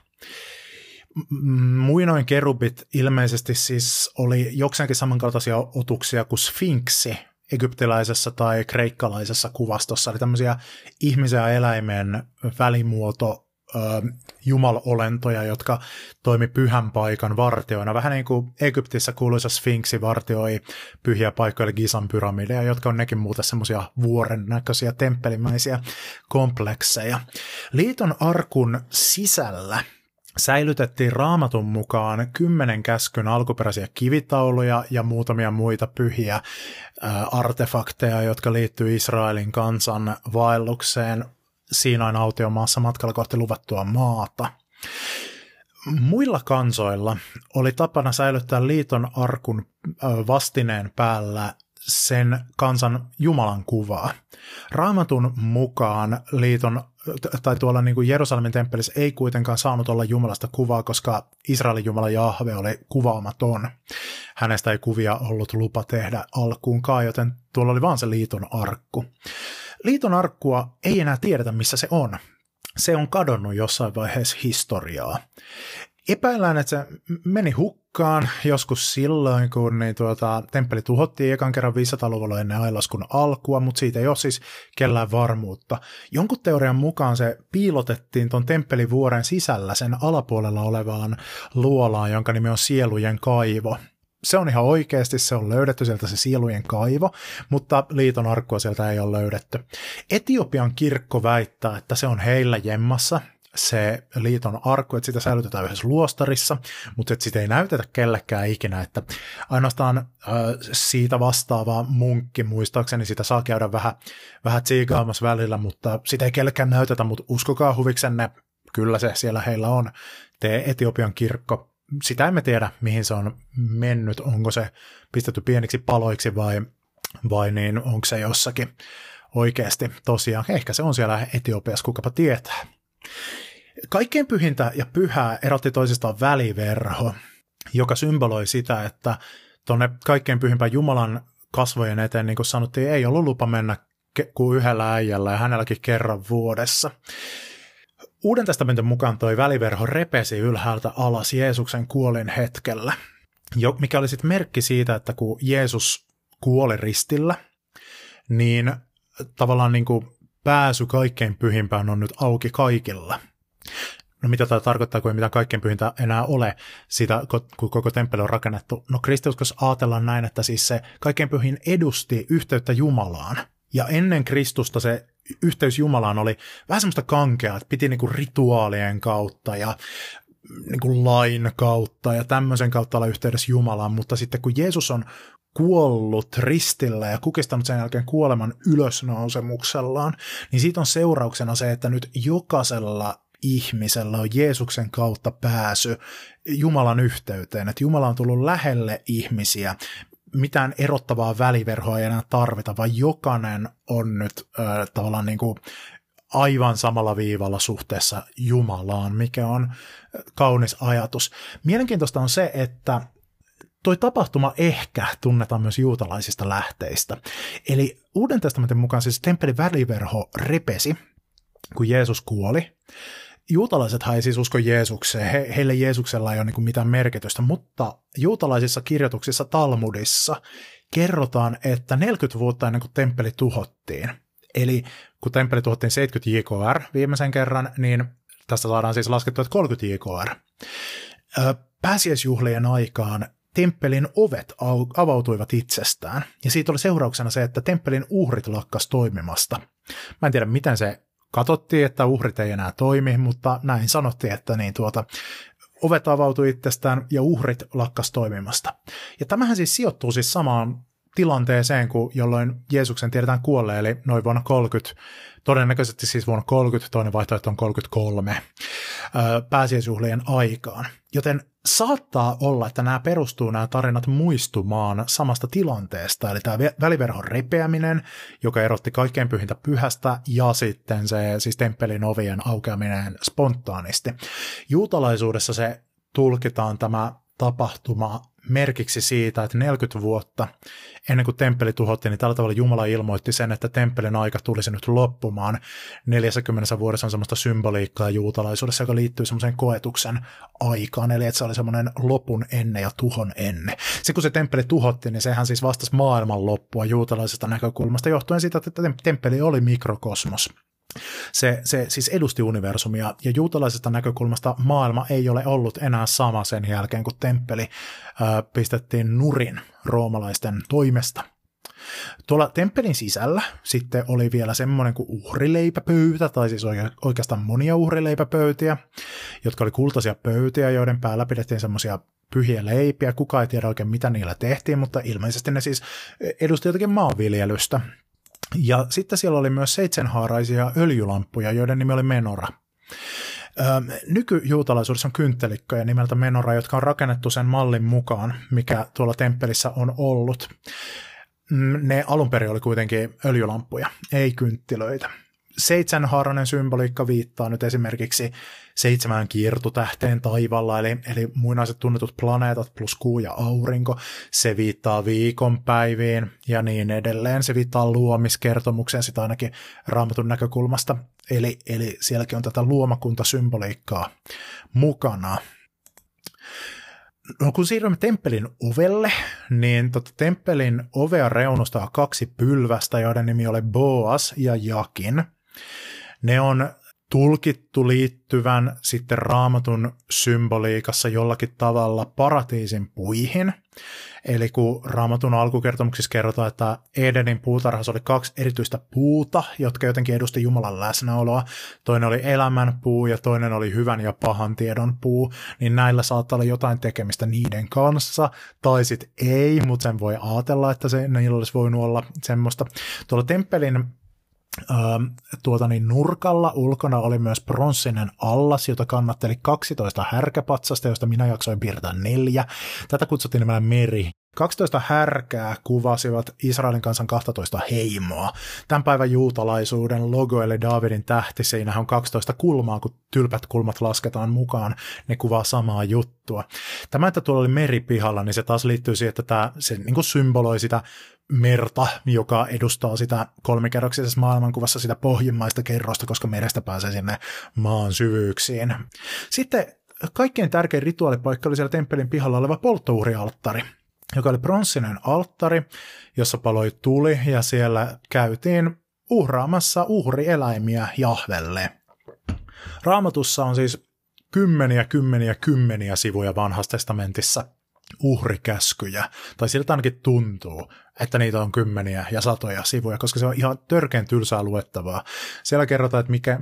S1: Muinoin kerubit ilmeisesti siis oli jokseenkin samankaltaisia otuksia kuin sfinksi egyptiläisessä tai kreikkalaisessa kuvastossa, eli tämmöisiä ihmisen ja eläimen välimuoto jumalolentoja, jotka toimi pyhän paikan vartioina. Vähän niin kuin Egyptissä kuuluisa sfinksi vartioi pyhiä paikkoja, eli Gizan pyramideja, jotka on nekin muuten semmoisia vuoren näköisiä temppelimäisiä komplekseja. Liiton arkun sisällä säilytettiin Raamatun mukaan 10 käskyn alkuperäisiä kivitauluja ja muutamia muita pyhiä artefakteja, jotka liittyy Israelin kansan vaellukseen Siinain autiomaassa matkalla kohti luvattua maata. Muilla kansoilla oli tapana säilyttää liiton arkun vastineen päällä sen kansan Jumalan kuvaa. Raamatun mukaan tuolla niin kuin Jerusalemin temppelissä ei kuitenkaan saanut olla Jumalasta kuvaa, koska Israelin Jumala Jahve oli kuvaamaton. Hänestä ei kuvia ollut lupa tehdä alkuunkaan, joten tuolla oli vaan se liiton arkku. Liiton arkkua ei enää tiedetä, missä se on. Se on kadonnut jossain vaiheessa historiaa. Epäillään, että se meni hukkaan joskus silloin, kun temppeli tuhottiin ekan kerran 500-luvulla ennen ailaskun alkua, mutta siitä ei ole siis kellään varmuutta. Jonkun teorian mukaan se piilotettiin tuon temppelivuoren sisällä sen alapuolella olevaan luolaan, jonka nimi on Sielujen kaivo. Se on ihan oikeasti, se on löydetty sieltä se Sielujen kaivo, mutta liiton arkkua sieltä ei ole löydetty. Etiopian kirkko väittää, että se on heillä jemmassa, se liiton arkku, että sitä säilytetään yhdessä luostarissa, mutta että sitä ei näytetä kellekään ikinä, että ainoastaan siitä vastaava munkki muistaakseni sitä saa käydä vähän tsiikaamassa välillä, mutta sitä ei kellekään näytetä, mutta uskokaa huviksenne, kyllä se siellä heillä on, Etiopian kirkko. Sitä emme tiedä, mihin se on mennyt, onko se pistetty pieniksi paloiksi vai niin onko se jossakin oikeasti tosiaan. Ehkä se on siellä Etiopiassa, kukapa tietää. Kaikkein pyhintä ja pyhää erotti toisistaan väliverho, joka symboloi sitä, että tuonne kaikkein pyhimpään Jumalan kasvojen eteen, niin kuin sanottiin, ei ollut lupa mennä kuin yhdellä äijällä ja hänelläkin kerran vuodessa. Uuden testamentin mukaan toi väliverho repesi ylhäältä alas Jeesuksen kuolin hetkellä, mikä oli sitten merkki siitä, että kun Jeesus kuoli ristillä, niin tavallaan niin kuin pääsy kaikkein pyhimpään on nyt auki kaikilla. No mitä tämä tarkoittaa, kun ei mitään kaikkein pyhintä enää ole sitä, kun koko temppeli on rakennettu? No kristiuskossa ajatellaan näin, että siis se kaikkein pyhin edusti yhteyttä Jumalaan. Ja ennen Kristusta se yhteys Jumalaan oli vähän semmoista kankeaa, että piti niinku rituaalien kautta ja niinku lain kautta ja tämmöisen kautta olla yhteydessä Jumalaan, mutta sitten kun Jeesus on kuollut ristillä ja kukistanut sen jälkeen kuoleman ylösnousemuksellaan, niin siitä on seurauksena se, että nyt jokaisella ihmisellä on Jeesuksen kautta pääsy Jumalan yhteyteen, että Jumala on tullut lähelle ihmisiä, mitään erottavaa väliverhoa ei enää tarvita, vaan jokainen on nyt tavallaan niin kuin aivan samalla viivalla suhteessa Jumalaan, mikä on kaunis ajatus. Mielenkiintoista on se, että toi tapahtuma ehkä tunnetaan myös juutalaisista lähteistä. Eli Uuden testamentin mukaan siis temppelin väliverho repesi, kun Jeesus kuoli. Juutalaisethan ei siis usko Jeesukseen, heille Jeesuksella ei ole niin mitään merkitystä, mutta juutalaisissa kirjoituksissa Talmudissa kerrotaan, että 40 vuotta ennen kuin temppeli tuhottiin, eli kun temppeli tuhottiin 70 JKR viimeisen kerran, niin tästä saadaan siis laskettua, että 30 JKR. Pääsiäisjuhlien aikaan temppelin ovet avautuivat itsestään, ja siitä oli seurauksena se, että temppelin uhrit lakkas toimimasta. Mä en tiedä, miten se katsottiin, että uhrit ei enää toimi, mutta näin sanottiin, että ovet avautui itsestään ja uhrit lakkas toimimasta. Ja tämähän siis sijoittuu siis samaan tilanteeseen kuin jolloin Jeesuksen tiedetään kuolleen, eli noin vuonna 30, todennäköisesti siis vuonna 30, toinen vaihtoehto on 33, pääsiäisjuhlien aikaan. Joten saattaa olla, että nämä tarinat muistumaan samasta tilanteesta, eli tämä väliverhon repeäminen, joka erotti kaikkein pyhintä pyhästä, ja sitten se siis temppelin ovien aukeaminen spontaanisti. Juutalaisuudessa se tulkitaan tämä tapahtuma merkiksi siitä, että 40 vuotta ennen kuin temppeli tuhottiin, niin tällä tavalla Jumala ilmoitti sen, että temppelin aika tulisi nyt loppumaan. 40 vuodessa on semmoista symboliikkaa juutalaisuudessa, joka liittyy semmoiseen koetuksen aikaan, eli että se oli semmoinen lopun ennen ja tuhon ennen. Se kun se temppeli tuhottiin, niin sehän siis vastasi maailman loppua juutalaisesta näkökulmasta, johtuen siitä, että temppeli oli mikrokosmos. Se siis edusti universumia, ja juutalaisesta näkökulmasta maailma ei ole ollut enää sama sen jälkeen, kun temppeli pistettiin nurin roomalaisten toimesta. Tuolla temppelin sisällä sitten oli vielä semmoinen kuin uhrileipäpöytä, tai siis oikeastaan monia uhrileipäpöytiä, jotka oli kultaisia pöytiä, joiden päällä pidettiin semmoisia pyhiä leipiä. Kukaan ei tiedä oikein, mitä niillä tehtiin, mutta ilmeisesti ne siis edusti jotakin maanviljelystä. Ja sitten siellä oli myös 7-haaraisia öljylamppuja, joiden nimi oli menora. Nykyjuutalaisuudessa on kynttelikköjä nimeltä menora, jotka on rakennettu sen mallin mukaan, mikä tuolla temppelissä on ollut. Ne alun perin oli kuitenkin öljylamppuja, ei kynttilöitä. 7-haarainen symboliikka viittaa nyt esimerkiksi 7 kiertotähteen taivaalla, eli muinaiset tunnetut planeetat plus kuu ja aurinko. Se viittaa viikonpäiviin ja niin edelleen. Se viittaa luomiskertomukseen, sitä ainakin Raamatun näkökulmasta. Eli sielläkin on tätä luomakuntasymboliikkaa mukana. No, kun siirrymme temppelin ovelle, niin temppelin ovea reunustaa 2 pylvästä, joiden nimi oli Boas ja Jakin. Ne on tulkittu liittyvän sitten Raamatun symboliikassa jollakin tavalla paratiisin puihin. Eli kun Raamatun alkukertomuksissa kerrotaan, että Edenin puutarhassa oli 2 erityistä puuta, jotka jotenkin edusti Jumalan läsnäoloa. Toinen oli elämän puu ja toinen oli hyvän ja pahan tiedon puu, niin näillä saattaa olla jotain tekemistä niiden kanssa, tai sitten ei, mutta sen voi ajatella, että niillä olisi voinut olla semmoista. Tuolla temppelin nurkalla ulkona oli myös pronssinen allas, jota kannatteli 12 härkäpatsasta, josta minä jaksoin piirtää 4. Tätä kutsuttiin nimellä meri. 12 härkää kuvasivat Israelin kansan 12 heimoa. Tämän päivän juutalaisuuden logo, eli Daavidin tähti, siinähän on 12 kulmaa, kun tylpät kulmat lasketaan mukaan, ne kuvaa samaa juttua. Tämä, että tuolla oli meri pihalla, niin se taas liittyy siihen, että se niin kuin symboloi sitä merta, joka edustaa sitä kolmikerroksisessa maailmankuvassa sitä pohjimmaista kerrosta, koska merestä pääsee sinne maan syvyyksiin. Sitten kaikkein tärkein rituaalipaikka oli siellä temppelin pihalla oleva polttouhrialttari, joka oli pronssinen alttari, jossa paloi tuli, ja siellä käytiin uhraamassa uhrieläimiä Jahvelle. Raamatussa on siis kymmeniä sivuja Vanhassa testamentissa uhrikäskyjä, tai siltä ainakin tuntuu, että niitä on kymmeniä ja satoja sivuja, koska se on ihan törkeän tylsää luettavaa. Siellä kerrotaan, että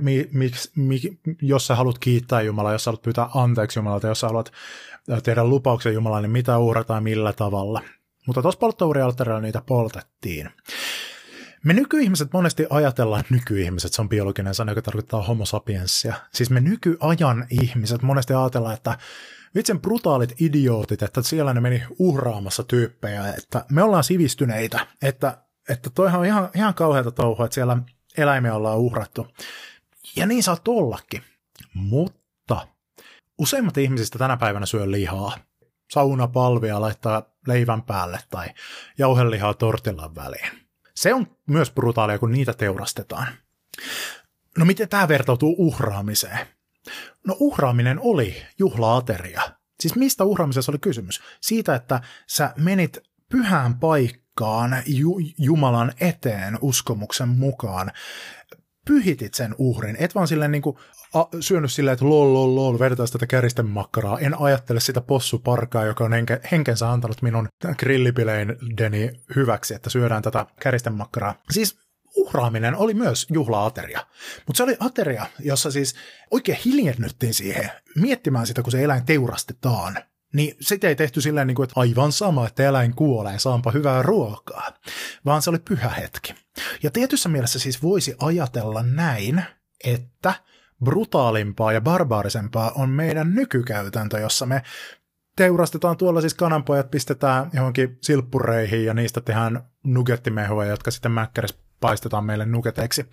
S1: jos sä haluat kiittää Jumalaa, jos sä haluat pyytää anteeksi Jumalalta, jos sä haluat tehdä lupauksia Jumalalle, niin mitä uhrataan millä tavalla. Mutta tuossa polttouhrialttarilla niitä poltettiin. Me nykyihmiset monesti ajatellaan, nykyihmiset, se on biologinen sana, joka tarkoittaa homo sapiensia. Siis me nykyajan ihmiset monesti ajatellaan, että vitsen brutaalit idiootit, että siellä ne meni uhraamassa tyyppejä, että me ollaan sivistyneitä, että toihan on ihan kauheata touhua, että siellä eläimiä ollaan uhrattu. Ja niin saattoi ollakin. Mutta useimmat ihmisistä tänä päivänä syö lihaa. Saunapalvia laittaa leivän päälle tai jauhelihaa tortillan väliin. Se on myös brutaalia, kun niitä teurastetaan. No miten tämä vertautuu uhraamiseen? No uhraaminen oli juhlaateria. Siis mistä uhraamisessa oli kysymys? Siitä, että sä menit pyhään paikkaan Jumalan eteen uskomuksen mukaan. pyhitit sen uhrin, et vaan silleen niin kuin syönyt silleen, että lol, vedetään tätä käristemakkaraa. En ajattele sitä possuparkaa, joka on henkensä antanut minun grillipileideni hyväksi, että syödään tätä käristemakkaraa. Siis uhraaminen oli myös juhla-ateria, mutta se oli ateria, jossa siis oikein hiljennyttiin siihen miettimään sitä, kun se eläin teurastetaan. Niin sitä ei tehty silleen, että aivan sama, että eläin kuolee, saanpa hyvää ruokaa, vaan se oli pyhä hetki. Ja tietyssä mielessä siis voisi ajatella näin, että brutaalimpaa ja barbaarisempaa on meidän nykykäytäntö, jossa me teurastetaan tuolla siis kananpojat, pistetään johonkin silppureihin ja niistä tehdään nuggettimehuja, jotka sitten mäkkärissä paistetaan meille nugeteiksi.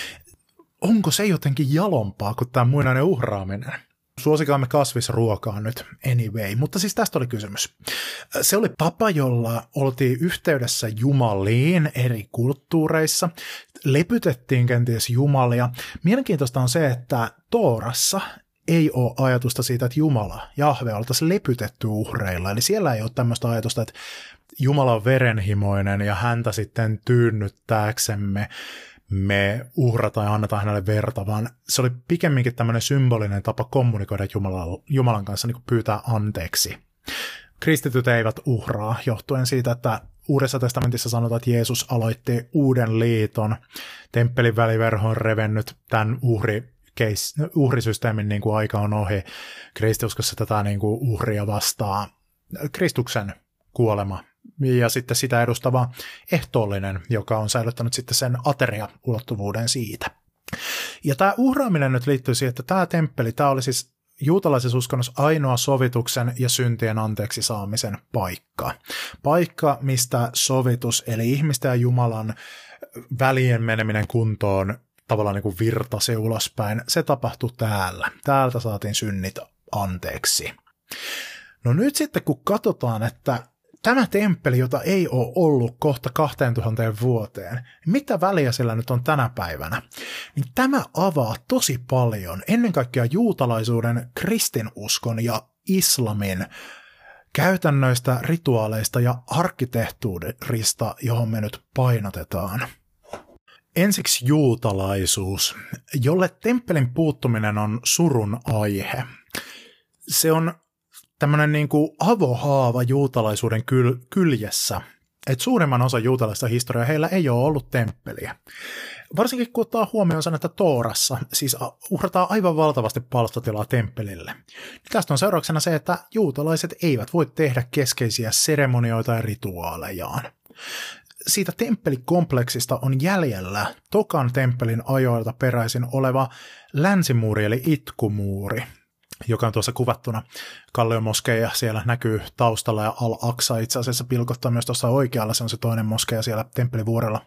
S1: Onko se jotenkin jalompaa kuin tämä muinainen uhraaminen? Suosikaamme kasvisruokaa nyt anyway, mutta siis tästä oli kysymys. Se oli tapa, jolla oltiin yhteydessä jumaliin eri kulttuureissa, lepytettiin kenties jumalia. Mielenkiintoista on se, että Toorassa ei ole ajatusta siitä, että Jumala, Jahve, oltaisiin lepytetty uhreilla. Eli siellä ei ole tämmöistä ajatusta, että Jumala on verenhimoinen ja häntä sitten tyynnyttääksemme me uhrataan ja annetaan hänelle verta, vaan se oli pikemminkin tämmöinen symbolinen tapa kommunikoida Jumalan kanssa, niin kuin pyytää anteeksi. Kristityt eivät uhraa, johtuen siitä, että Uudessa testamentissa sanotaan, että Jeesus aloitti uuden liiton, temppelin väliverho on revennyt tämän uhrisysteemin niin kuin aika on ohi. Kristiuskossa tätä niin kuin uhria vastaa Kristuksen kuolema ja sitten sitä edustava ehtoollinen, joka on säilyttänyt sitten sen ateria-ulottuvuuden siitä. Ja tämä uhraaminen nyt liittyy siihen, että tämä temppeli, tämä oli siis juutalaisessa uskonnossa ainoa sovituksen ja syntien anteeksi saamisen paikka. Paikka, mistä sovitus, eli ihmisten ja Jumalan välien meneminen kuntoon tavallaan niin kuin virtasi ulospäin, se tapahtui täällä. Täältä saatiin synnit anteeksi. No nyt sitten kun katsotaan, että tämä temppeli, jota ei ole ollut kohta 2000 vuoteen, mitä väliä sillä nyt on tänä päivänä, niin tämä avaa tosi paljon ennen kaikkea juutalaisuuden, kristinuskon ja islamin käytännöistä, rituaaleista ja arkkitehtuurista, johon me nyt painotetaan. Ensiksi juutalaisuus, jolle temppelin puuttuminen on surun aihe. Se on tämmöinen niin kuin avohaava juutalaisuuden kyljessä, että suurimman osan juutalaista historiaa heillä ei ole ollut temppeliä. Varsinkin kun ottaa huomioon sen, että Toorassa siis uhrataan aivan valtavasti palstatilaa temppelille. Tästä on seurauksena se, että juutalaiset eivät voi tehdä keskeisiä seremonioita ja rituaalejaan. Siitä temppelikompleksista on jäljellä Tokan temppelin ajoilta peräisin oleva länsimuuri eli itkumuuri, joka on tuossa kuvattuna Kalliomoskeija, siellä näkyy taustalla ja Al-Aqsa itse asiassa pilkottaa myös tuossa oikealla, se on se toinen moskeija siellä temppelivuorella.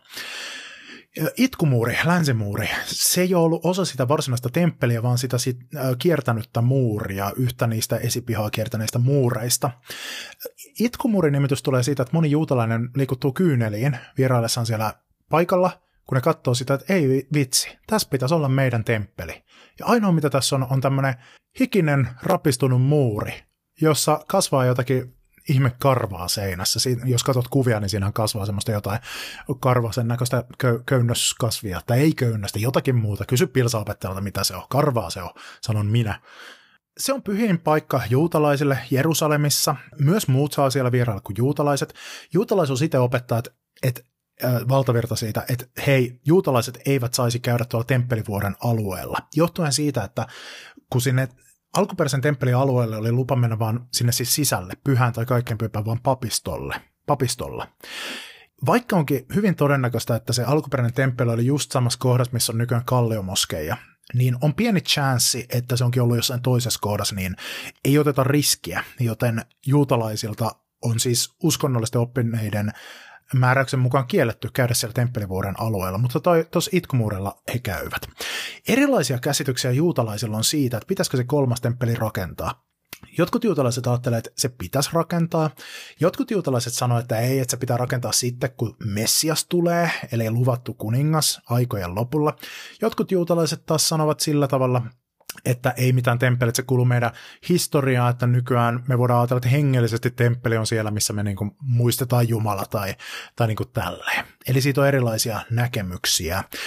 S1: Itkumuuri, länsimuuri, se ei ole ollut osa sitä varsinaista temppeliä, vaan sitä kiertänyttä muuria, yhtä niistä esipihaa kiertäneistä muureista. Itkumuurin nimitys tulee siitä, että moni juutalainen liikuttuu kyyneliin vieraillessaan siellä paikalla, kun ne katsoo sitä, että ei vitsi, tässä pitäisi olla meidän temppeli. Ja ainoa mitä tässä on tämmöinen hikinen rapistunut muuri, jossa kasvaa jotakin ihme karvaa seinässä. Jos katsot kuvia, niin siinä kasvaa semmoista jotain karvasen näköistä köynnöskasvia, tai ei köynnöstä, jotakin muuta. Kysy pilsaopettajalta, mitä se on. Karvaa se on, sanon minä. Se on pyhin paikka juutalaisille Jerusalemissa. Myös muut saa siellä vierailla kuin juutalaiset. Juutalaisuus itse opettaa, että valtavirta siitä, että hei, juutalaiset eivät saisi käydä tuolla temppelivuoren alueella. Johtuen siitä, että kun sinne alkuperäisen temppelin alueelle oli lupa mennä vaan sinne siis sisälle, pyhään tai kaikkein pyhään vaan papistolla. Vaikka onkin hyvin todennäköistä, että se alkuperäinen temppeli oli just samassa kohdassa, missä on nykyään Kalliomoskeija, niin on pieni chanssi, että se onkin ollut jossain toisessa kohdassa, niin ei oteta riskiä, joten juutalaisilta on siis uskonnollisten oppineiden määräyksen mukaan kielletty käydä siellä temppelivuoren alueella, mutta tuossa itkumuurella he käyvät. Erilaisia käsityksiä juutalaisilla on siitä, että pitäisikö se kolmas temppeli rakentaa. Jotkut juutalaiset ajattelevat, että se pitäisi rakentaa. Jotkut juutalaiset sanoo, että ei, että se pitää rakentaa sitten, kun Messias tulee, eli luvattu kuningas aikojen lopulla. Jotkut juutalaiset taas sanovat sillä tavalla, että ei mitään temppelit, se kuuluu meidän historiaan, että nykyään me voidaan ajatella, että hengellisesti temppeli on siellä, missä me niinku muistetaan Jumala tai niinku tälleen. Eli siitä on erilaisia näkemyksiä.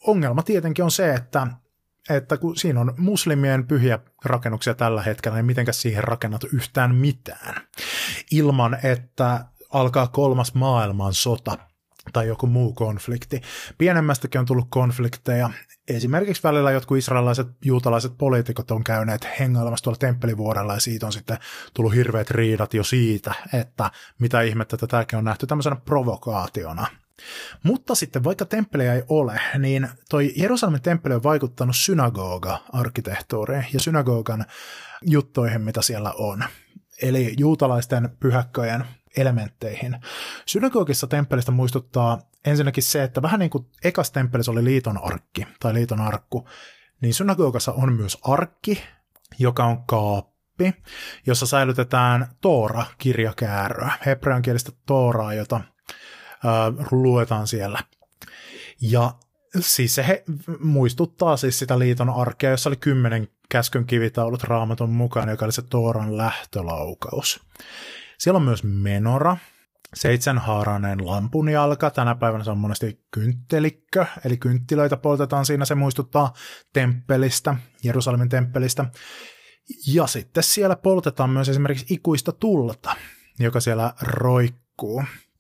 S1: ongelma tietenkin on se, että kun siinä on muslimien pyhiä rakennuksia tällä hetkellä, niin mitenkäs siihen rakennat yhtään mitään, ilman että alkaa 3. maailmansota tai joku muu konflikti. Pienemmästäkin on tullut konflikteja. Esimerkiksi välillä jotkut israelilaiset, juutalaiset poliitikot on käyneet hengailemassa tuolla temppelivuorella, ja siitä on sitten tullut hirveät riidat jo siitä, että mitä ihmettä tätäkin on nähty tämmöisenä provokaationa. Mutta sitten vaikka temppeliä ei ole, niin toi Jerusalemin temppeli on vaikuttanut synagoga-arkkitehtuuriin ja synagogan juttoihin, mitä siellä on. Eli juutalaisten pyhäkköjen elementteihin. Synagogissa temppelistä muistuttaa ensinnäkin se, että vähän niin kuin ekas temppelissä oli liiton arkki tai liiton arkku, niin synagogassa on myös arkki, joka on kaappi, jossa säilytetään Toora-kirjakääröä, hebreankielistä Tooraa, jota luetaan siellä. Ja siis se muistuttaa siis sitä liiton arkea, jossa oli 10 käskyn kivitaulut Raamatun mukaan, joka oli se Tooran lähtölaukaus. Siellä on myös menora, 7-haarainen lampunjalka, tänä päivänä se on monesti kynttelikkö, eli kynttilöitä poltetaan siinä, se muistuttaa temppelistä, Jerusalemin temppelistä. Ja sitten siellä poltetaan myös esimerkiksi ikuista tulta, joka siellä roikkuu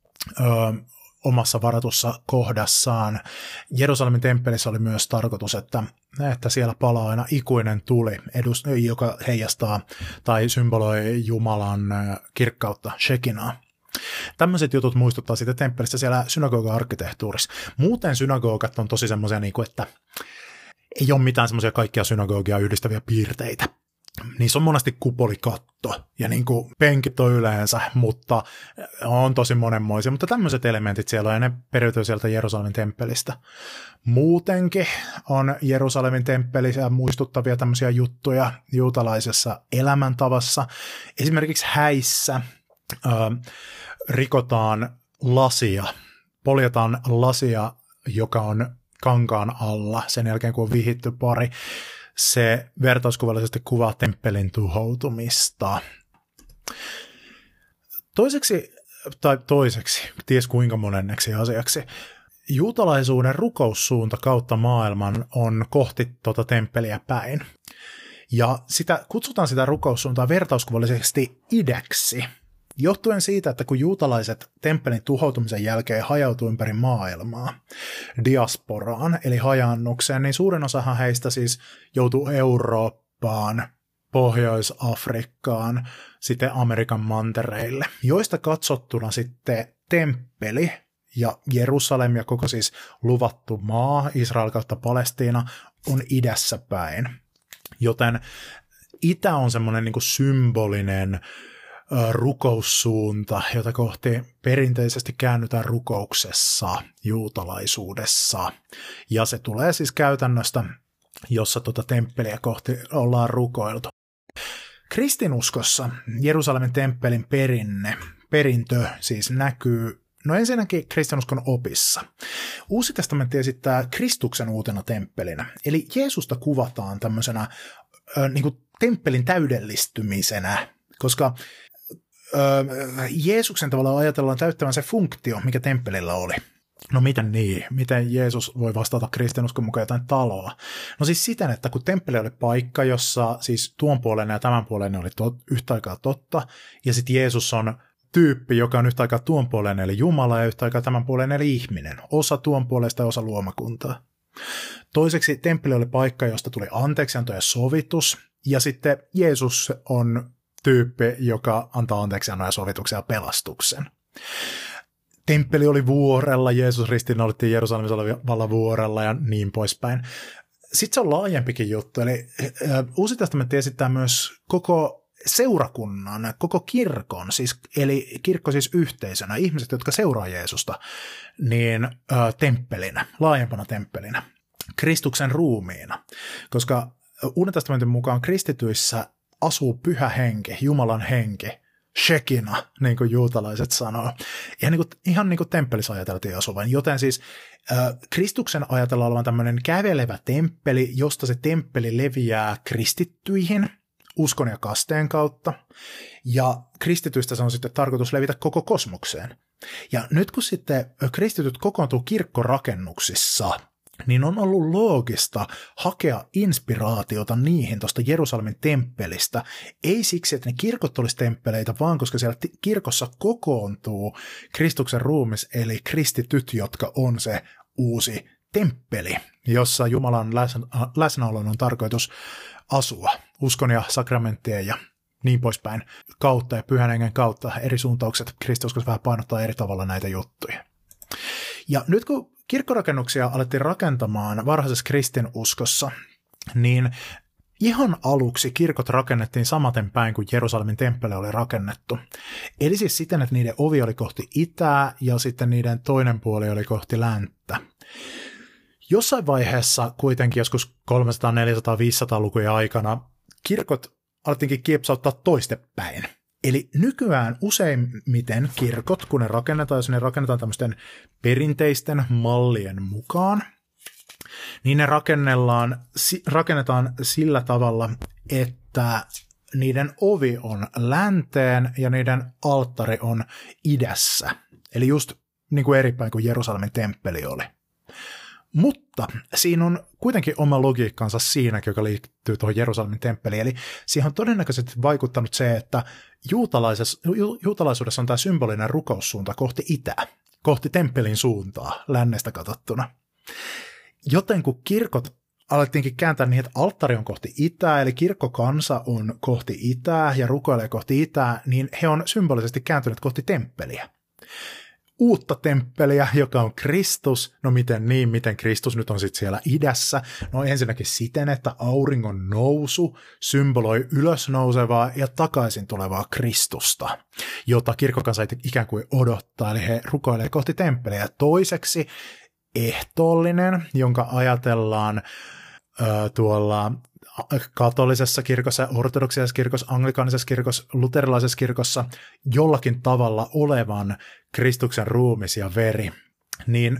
S1: omassa varatussa kohdassaan. Jerusalemin temppelissä oli myös tarkoitus, että siellä palaa aina ikuinen tuli, joka heijastaa tai symboloi Jumalan kirkkautta, shekinaa. Tämmöiset jutut muistuttaa siitä temppelistä siellä synagoga-arkkitehtuurissa. Muuten synagogat on tosi semmoisia, että ei ole mitään semmoisia kaikkia synagogia yhdistäviä piirteitä. Niissä on monesti kupolikatto ja penkit on yleensä, mutta on tosi monenmoisia, mutta tämmöiset elementit siellä on ja ne periytyy sieltä Jerusalemin temppelistä. Muutenkin on Jerusalemin temppelissä muistuttavia tämmöisiä juttuja juutalaisessa elämäntavassa. Esimerkiksi häissä rikotaan lasia, poljetaan lasia, joka on kankaan alla sen jälkeen, kun on vihitty pari. Se vertauskuvallisesti kuvaa temppelin tuhoutumista. Toiseksi, ties kuinka monenneksi asiaksi, juutalaisuuden rukoussuunta kautta maailman on kohti tuota temppeliä päin. Ja kutsutaan sitä rukoussuuntaa vertauskuvallisesti idäksi, johtuen siitä, että kun juutalaiset temppelin tuhoutumisen jälkeen hajautui ympäri maailmaa diasporaan, eli hajaannukseen, niin suurin osahan heistä siis joutui Eurooppaan, Pohjois-Afrikkaan, sitten Amerikan mantereille, joista katsottuna sitten temppeli ja Jerusalem ja koko siis luvattu maa, Israel kautta Palestiina, on idässä päin. Joten itä on semmoinen symbolinen rukoussuunta, jota kohti perinteisesti käännytään rukouksessa, juutalaisuudessa. Ja se tulee siis käytännöstä, jossa temppeliä kohti ollaan rukoiltu. Kristinuskossa Jerusalemin temppelin perintö siis näkyy ensinnäkin kristinuskon opissa. Uusi testamentti esittää Kristuksen uutena temppelinä, eli Jeesusta kuvataan tämmöisenä temppelin täydellistymisenä, koska Jeesuksen tavallaan ajatellaan täyttävän se funktio, mikä temppelillä oli. No miten niin? Miten Jeesus voi vastata kristinuskon mukaan jotain taloa? No siis siten, että kun temppeli oli paikka, jossa siis tuon puolen ja tämän puolen oli yhtä aikaa totta, ja sitten Jeesus on tyyppi, joka on yhtä aikaa tuon puolen eli Jumala ja yhtä aikaa tämän puolen eli ihminen. Osa tuon puolesta ja osa luomakuntaa. Toiseksi temppeli oli paikka, josta tuli anteeksianto ja sovitus, ja sitten Jeesus on tyyppi, joka antaa anteeksiannon ja sovituksen ja pelastuksen. Temppeli oli vuorella, Jeesus ristiinnaulittiin Jerusalemissa olevalla vuorella ja niin poispäin. Sitten se on laajempikin juttu, eli Uusi testamentti esittää myös koko seurakunnan, koko kirkon, eli kirkko siis yhteisönä, ihmiset, jotka seuraa Jeesusta, niin temppelinä, laajempana temppelinä, Kristuksen ruumiina, koska Uuden testamentin mukaan kristityissä asuu pyhä henki, Jumalan henki, shekina, niin kuin juutalaiset sanoo. Ja ihan niin kuin temppelissä ajateltiin asuvan. Joten siis Kristuksen ajatellaan olevan tämmöinen kävelevä temppeli, josta se temppeli leviää kristittyihin uskon ja kasteen kautta. Ja kristityistä se on sitten tarkoitus levitä koko kosmokseen. Ja nyt kun sitten kristityt kokoontuu kirkkorakennuksissa, niin on ollut loogista hakea inspiraatiota niihin tuosta Jerusalemin temppelistä. Ei siksi, että ne kirkot olisi temppeleitä, vaan koska siellä kirkossa kokoontuu Kristuksen ruumis, eli kristityt, jotka on se uusi temppeli, jossa Jumalan läsnäolon on tarkoitus asua uskon ja sakramenttien ja niin poispäin kautta ja Pyhän Hengen kautta. Eri suuntaukset kristiuskossa vähän painottaa eri tavalla näitä juttuja. Ja nyt kun kirkkorakennuksia alettiin rakentamaan varhaisessa kristinuskossa, niin ihan aluksi kirkot rakennettiin samaten päin kuin Jerusalemin temppeli oli rakennettu. Eli siis siten, että niiden ovi oli kohti itää ja sitten niiden toinen puoli oli kohti länttä. Jossain vaiheessa kuitenkin joskus 300, 400, 500-lukujen aikana kirkot alettiinkin kiepsauttaa toistepäin. Eli nykyään useimmiten kirkot, kun ne rakennetaan, jos ne rakennetaan tämmöisten perinteisten mallien mukaan, niin ne rakennetaan sillä tavalla, että niiden ovi on länteen ja niiden alttari on idässä. Eli just niin kuin eri päin kuin Jerusalemin temppeli oli. Mutta siinä on kuitenkin oma logiikkansa siinäkin, joka liittyy tuohon Jerusalemin temppeliin. Eli siihen on todennäköisesti vaikuttanut se, että juutalaisuudessa on tämä symbolinen rukoussuunta kohti itää, kohti temppelin suuntaa, lännestä katsottuna. Joten kun kirkot alettiinkin kääntää niin, että alttari on kohti itää, eli kirkkokansa on kohti itää ja rukoilee kohti itää, niin he on symbolisesti kääntyneet kohti temppeliä. Uutta temppeliä, joka on Kristus. No miten Kristus nyt on sitten siellä idässä? No ensinnäkin siten, että auringon nousu symboloi ylösnousevaa ja takaisin tulevaa Kristusta, jota kirkkokansa ikään kuin odottaa, eli he rukoilee kohti temppeliä. Toiseksi ehtoollinen, jonka ajatellaan tuolla katolisessa kirkossa, ortodoksisessa kirkossa, anglikaanisessa kirkossa, luterilaisessa kirkossa jollakin tavalla olevan Kristuksen ruumis ja veri, niin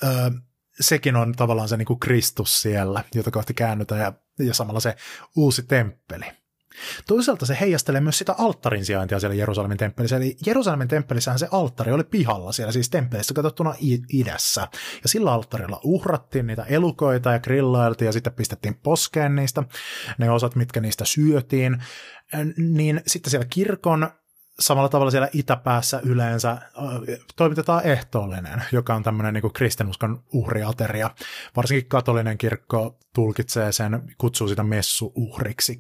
S1: sekin on tavallaan se niin kuin Kristus siellä, jota kohti käännytään ja samalla se uusi temppeli. Toisaalta se heijastelee myös sitä alttarin sijaintia siellä Jerusalemin temppelissä. Eli Jerusalemin temppelissähän se alttari oli pihalla siellä, siis temppelissä katsottuna idässä. Ja sillä alttarilla uhrattiin niitä elukoita ja grillailtiin ja sitten pistettiin poskeen niistä, ne osat, mitkä niistä syötiin. Niin sitten siellä kirkon samalla tavalla siellä itäpäässä yleensä toimitetaan ehtoollinen, joka on tämmöinen niin kuin kristinuskon uhriateria. Varsinkin katolinen kirkko tulkitsee sen, kutsuu sitä messuuhriksi.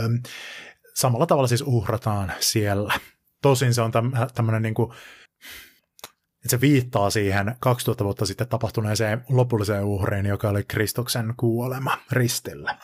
S1: Samalla tavalla siis uhrataan siellä. Tosin se on tämmöinen, niin kuin, että se viittaa siihen 2000 vuotta sitten tapahtuneeseen lopulliseen uhriin, joka oli Kristuksen kuolema ristillä.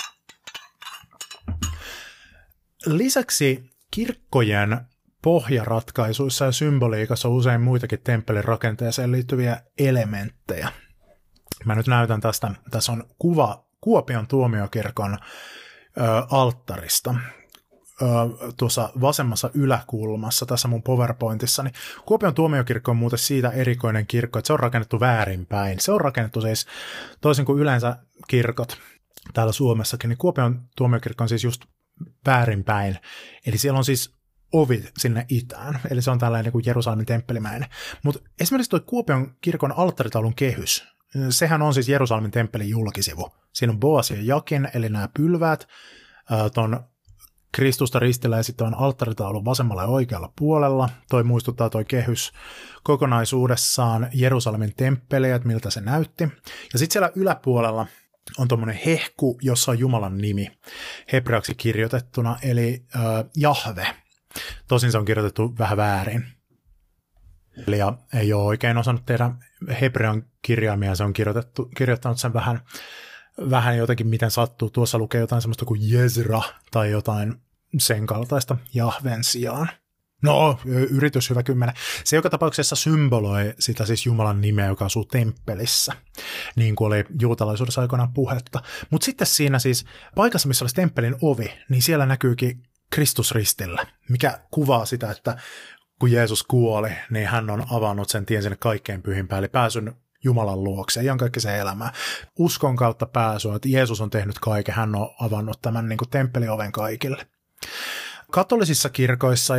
S1: Lisäksi kirkkojen pohjaratkaisuissa ja symboliikassa on usein muitakin temppelin rakenteeseen liittyviä elementtejä. Mä nyt näytän tästä. Tässä on kuva Kuopion tuomiokirkon alttarista. Tuossa vasemmassa yläkulmassa, tässä mun PowerPointissa, niin Kuopion tuomiokirkko on muuten siitä erikoinen kirkko, että se on rakennettu väärinpäin. Se on rakennettu siis toisin kuin yleensä kirkot täällä Suomessakin, niin Kuopion tuomiokirkko on siis just väärinpäin. Eli siellä on siis ovi sinne itään, eli se on tällainen niin kuin Jerusalemin temppelimäinen. Mutta esimerkiksi tuo Kuopion kirkon alttaritaulun kehys, sehän on siis Jerusalemin temppelin julkisivu. Siinä on Boas ja Jakin, eli nämä pylväät, ton Kristusta ristillä ja sitten on alttaritaulun vasemmalla ja oikealla puolella. Toi muistuttaa toi kehys kokonaisuudessaan Jerusalemin temppeliä, että miltä se näytti. Ja sitten siellä yläpuolella on tuommoinen hehku, jossa on Jumalan nimi hebreaksi kirjoitettuna, eli Jahve. Tosin se on kirjoitettu vähän väärin. Eli ei ole oikein osannut tehdä hebrean kirjaimia, se on kirjoittanut sen vähän jotenkin miten sattuu. Tuossa lukee jotain semmoista kuin Jezra tai jotain sen kaltaista Jahven sijaan. No, yritys hyvä 10. Se joka tapauksessa symboloi sitä siis Jumalan nimeä, joka asuu temppelissä, niin kuin oli juutalaisuudessa aikoinaan puhetta. Mutta sitten siinä siis paikassa, missä olisi temppelin ovi, niin siellä näkyykin Kristus ristillä, mikä kuvaa sitä, että kun Jeesus kuoli, niin hän on avannut sen tien sinne kaikkein pyhimpään, eli pääsyn Jumalan luokse ja kaikkeen elämään. Uskon kautta pääsyä, että Jeesus on tehnyt kaiken, hän on avannut tämän niin kuin temppelioven kaikille. Katolisissa kirkoissa ja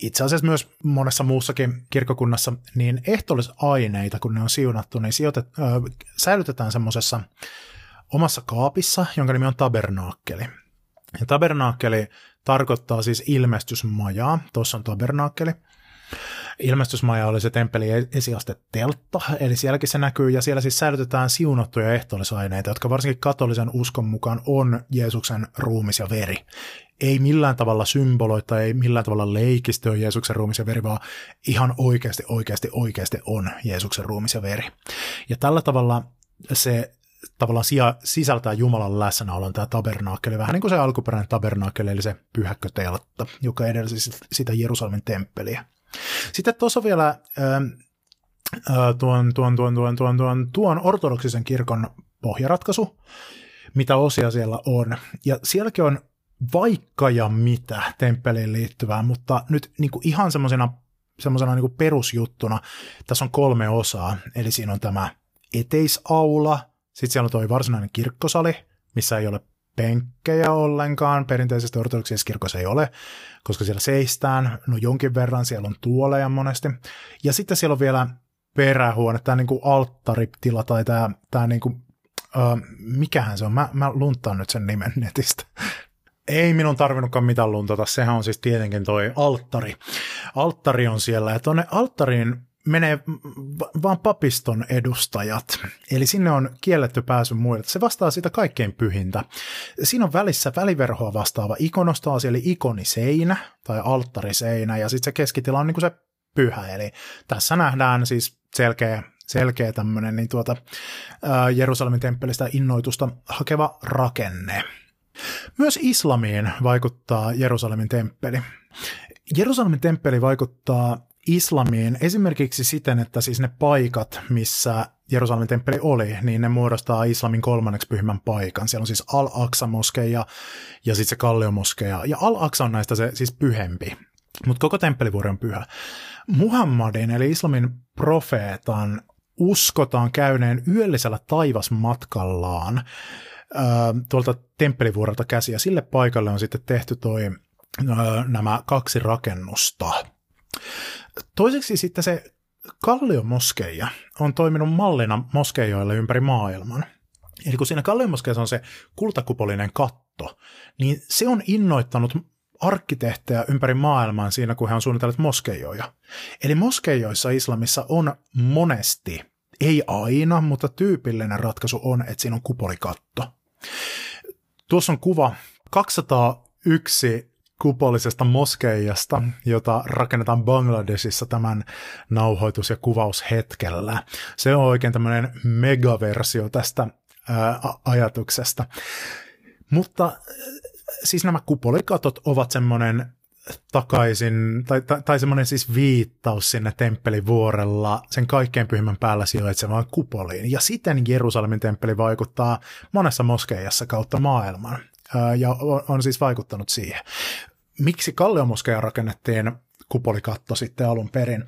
S1: itse asiassa myös monessa muussakin kirkkokunnassa, niin ehtoollisaineita, kun ne on siunattu, niin säilytetään semmoisessa omassa kaapissa, jonka nimi on tabernaakkeli. Ja tabernaakkeli tarkoittaa siis ilmestysmajaa. Tuossa on tabernaakkeli. Ilmestysmaja oli se temppelin esiasteteltta, eli sielläkin se näkyy, ja siellä siis säilytetään siunattuja ehtoollisaineita, jotka varsinkin katolisen uskon mukaan on Jeesuksen ruumis ja veri. Ei millään tavalla symboloita, ei millään tavalla leikistöä Jeesuksen ruumis ja veri, vaan ihan oikeasti on Jeesuksen ruumis ja veri. Ja tällä tavalla se tavallaan sisältää Jumalan läsnäolon tämä tabernaakkeli, vähän niin kuin se alkuperäinen tabernaakkeli, eli se pyhäkköteltta, joka edelsi sitä Jerusalemin temppeliä. Sitten tuossa on vielä tuon ortodoksisen kirkon pohjaratkaisu, mitä osia siellä on. Ja sielläkin on vaikka ja mitä temppeliin liittyvää, mutta nyt niin kuin ihan semmoisena niin kuin perusjuttuna tässä on 3 osaa. Eli siinä on tämä eteisaula, sitten siellä on tuo varsinainen kirkkosali, missä ei ole penkkejä ollenkaan, perinteisesti ortodoksisessa kirkossa ei ole, koska siellä seistään, no jonkin verran, siellä on tuoleja monesti. Ja sitten siellä on vielä perähuone, tämä niin kuin alttaritila tai tämä niin kuin, mikähän se on, mä luntaan nyt sen nimen netistä. Ei minun tarvinnutkaan mitään luntata, sehän on siis tietenkin toi alttari. Alttari on siellä, ja tuonne alttariin menee vaan papiston edustajat, eli sinne on kielletty pääsy muille. Se vastaa sitä kaikkein pyhintä. Siinä on välissä väliverhoa vastaava ikonostaasi, eli ikoniseinä tai alttariseinä, ja sitten se keskitila on niin kuin se pyhä, eli tässä nähdään siis selkeä tämmöinen niin Jerusalemin temppelistä innoitusta hakeva rakenne. Myös islamiin vaikuttaa Jerusalemin temppeli. Jerusalemin temppeli vaikuttaa islamiin esimerkiksi siten, että siis ne paikat, missä Jerusalemin temppeli oli, niin ne muodostaa islamin 3. pyhimmän paikan. Siellä on siis Al-Aqsa-moskeija ja sitten se Kalliomoskeija. Ja Al-Aqsa on näistä se siis pyhempi, mutta koko temppelivuori on pyhä. Muhammadin eli islamin profeetan uskotaan käyneen yöllisellä taivasmatkallaan tuolta temppelivuorelta käsiä. Sille paikalle on sitten tehty nämä 2 rakennusta. Toiseksi sitten se Kalliomoskeija on toiminut mallina moskeijoille ympäri maailman. Eli kun siinä Kalliomoskeijassa on se kultakupolinen katto, niin se on innoittanut arkkitehtejä ympäri maailman siinä, kun he on suunnitelleet moskeijoja. Eli moskeijoissa islamissa on monesti, ei aina, mutta tyypillinen ratkaisu on, että siinä on kupolikatto. Tuossa on kuva 201 kupolisesta moskeijasta, jota rakennetaan Bangladesissa tämän nauhoitus- ja kuvaushetkellä. Se on oikein tämmöinen megaversio tästä ajatuksesta. Mutta siis nämä kupolikatot ovat semmoinen takaisin, tai semmoinen siis viittaus sinne temppelivuorella sen kaikkein pyhimmän päällä sijaitsevaan kupoliin. Ja siten Jerusalemin temppeli vaikuttaa monessa moskeijassa kautta maailman, ja on siis vaikuttanut siihen. Miksi Kalliomoskeija rakennettiin kupolikatto sitten alun perin?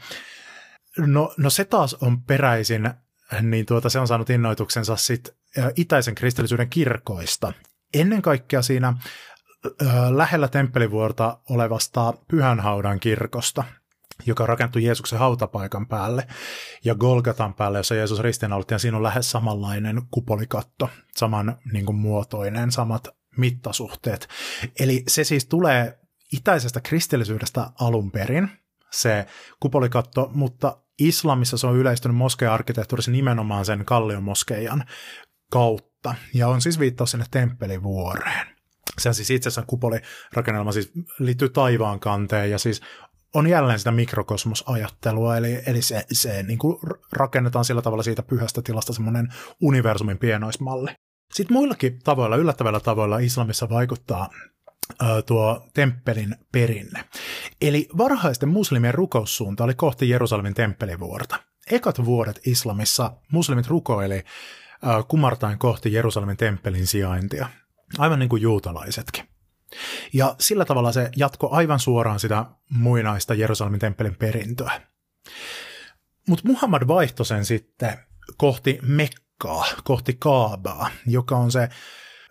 S1: No se taas on peräisin, niin se on saanut innoituksensa sitten itäisen kristillisyyden kirkoista. Ennen kaikkea siinä lähellä temppelivuorta olevasta Pyhänhaudan kirkosta, joka rakentui Jeesuksen hautapaikan päälle ja Golgatan päälle, jossa Jeesus ristiinnaulittiin, ja siinä on lähes samanlainen kupolikatto, saman niin kuin muotoinen, samat mittasuhteet. Eli se siis tulee itäisestä kristillisyydestä alun perin, se kupolikatto, mutta islamissa se on yleistynyt moskeija-arkkitehtuurissa nimenomaan sen Kalliomoskeijan kautta, ja on siis viittaus sinne temppelivuoreen. Se on siis itse asiassa kupolirakennelma siis liittyy taivaan kanteen, ja siis on jälleen sitä mikrokosmosajattelua, eli se niin kuin rakennetaan sillä tavalla siitä pyhästä tilasta semmoinen universumin pienoismalli. Sitten muillakin tavoilla, yllättävillä tavoilla islamissa vaikuttaa tuo temppelin perinne. Eli varhaisten muslimien rukoussuunta oli kohti Jerusalemin temppelivuorta. Ekat vuodet islamissa muslimit rukoili kumartain kohti Jerusalemin temppelin sijaintia, aivan niin kuin juutalaisetkin. Ja sillä tavalla se jatkoi aivan suoraan sitä muinaista Jerusalemin temppelin perintöä. Mutta Muhammad vaihtoi sen sitten kohti Mekkaa, kohti Kaabaa, joka on se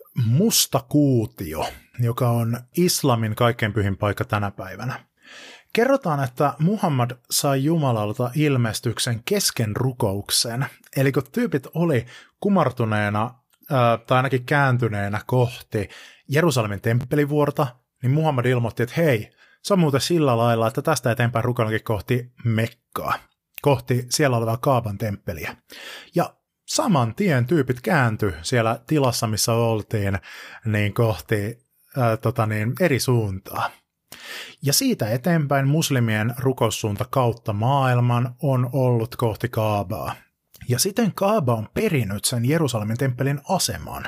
S1: musta kuutio, joka on islamin kaikkein pyhin paikka tänä päivänä. Kerrotaan, että Muhammad sai Jumalalta ilmestyksen kesken rukouksen, eli kun tyypit oli kumartuneena tai ainakin kääntyneenä kohti Jerusalemin temppelivuorta, niin Muhammad ilmoitti, että hei, se on muuten sillä lailla, että tästä eteenpäin rukoillaankin kohti Mekkaa, kohti siellä olevaa Kaaban temppeliä. Ja saman tien tyypit kääntyi siellä tilassa, missä oltiin, niin kohti eri suuntaa. Ja siitä eteenpäin muslimien rukoussuunta kautta maailman on ollut kohti Kaabaa. Ja siten Kaaba on perinyt sen Jerusalemin temppelin aseman.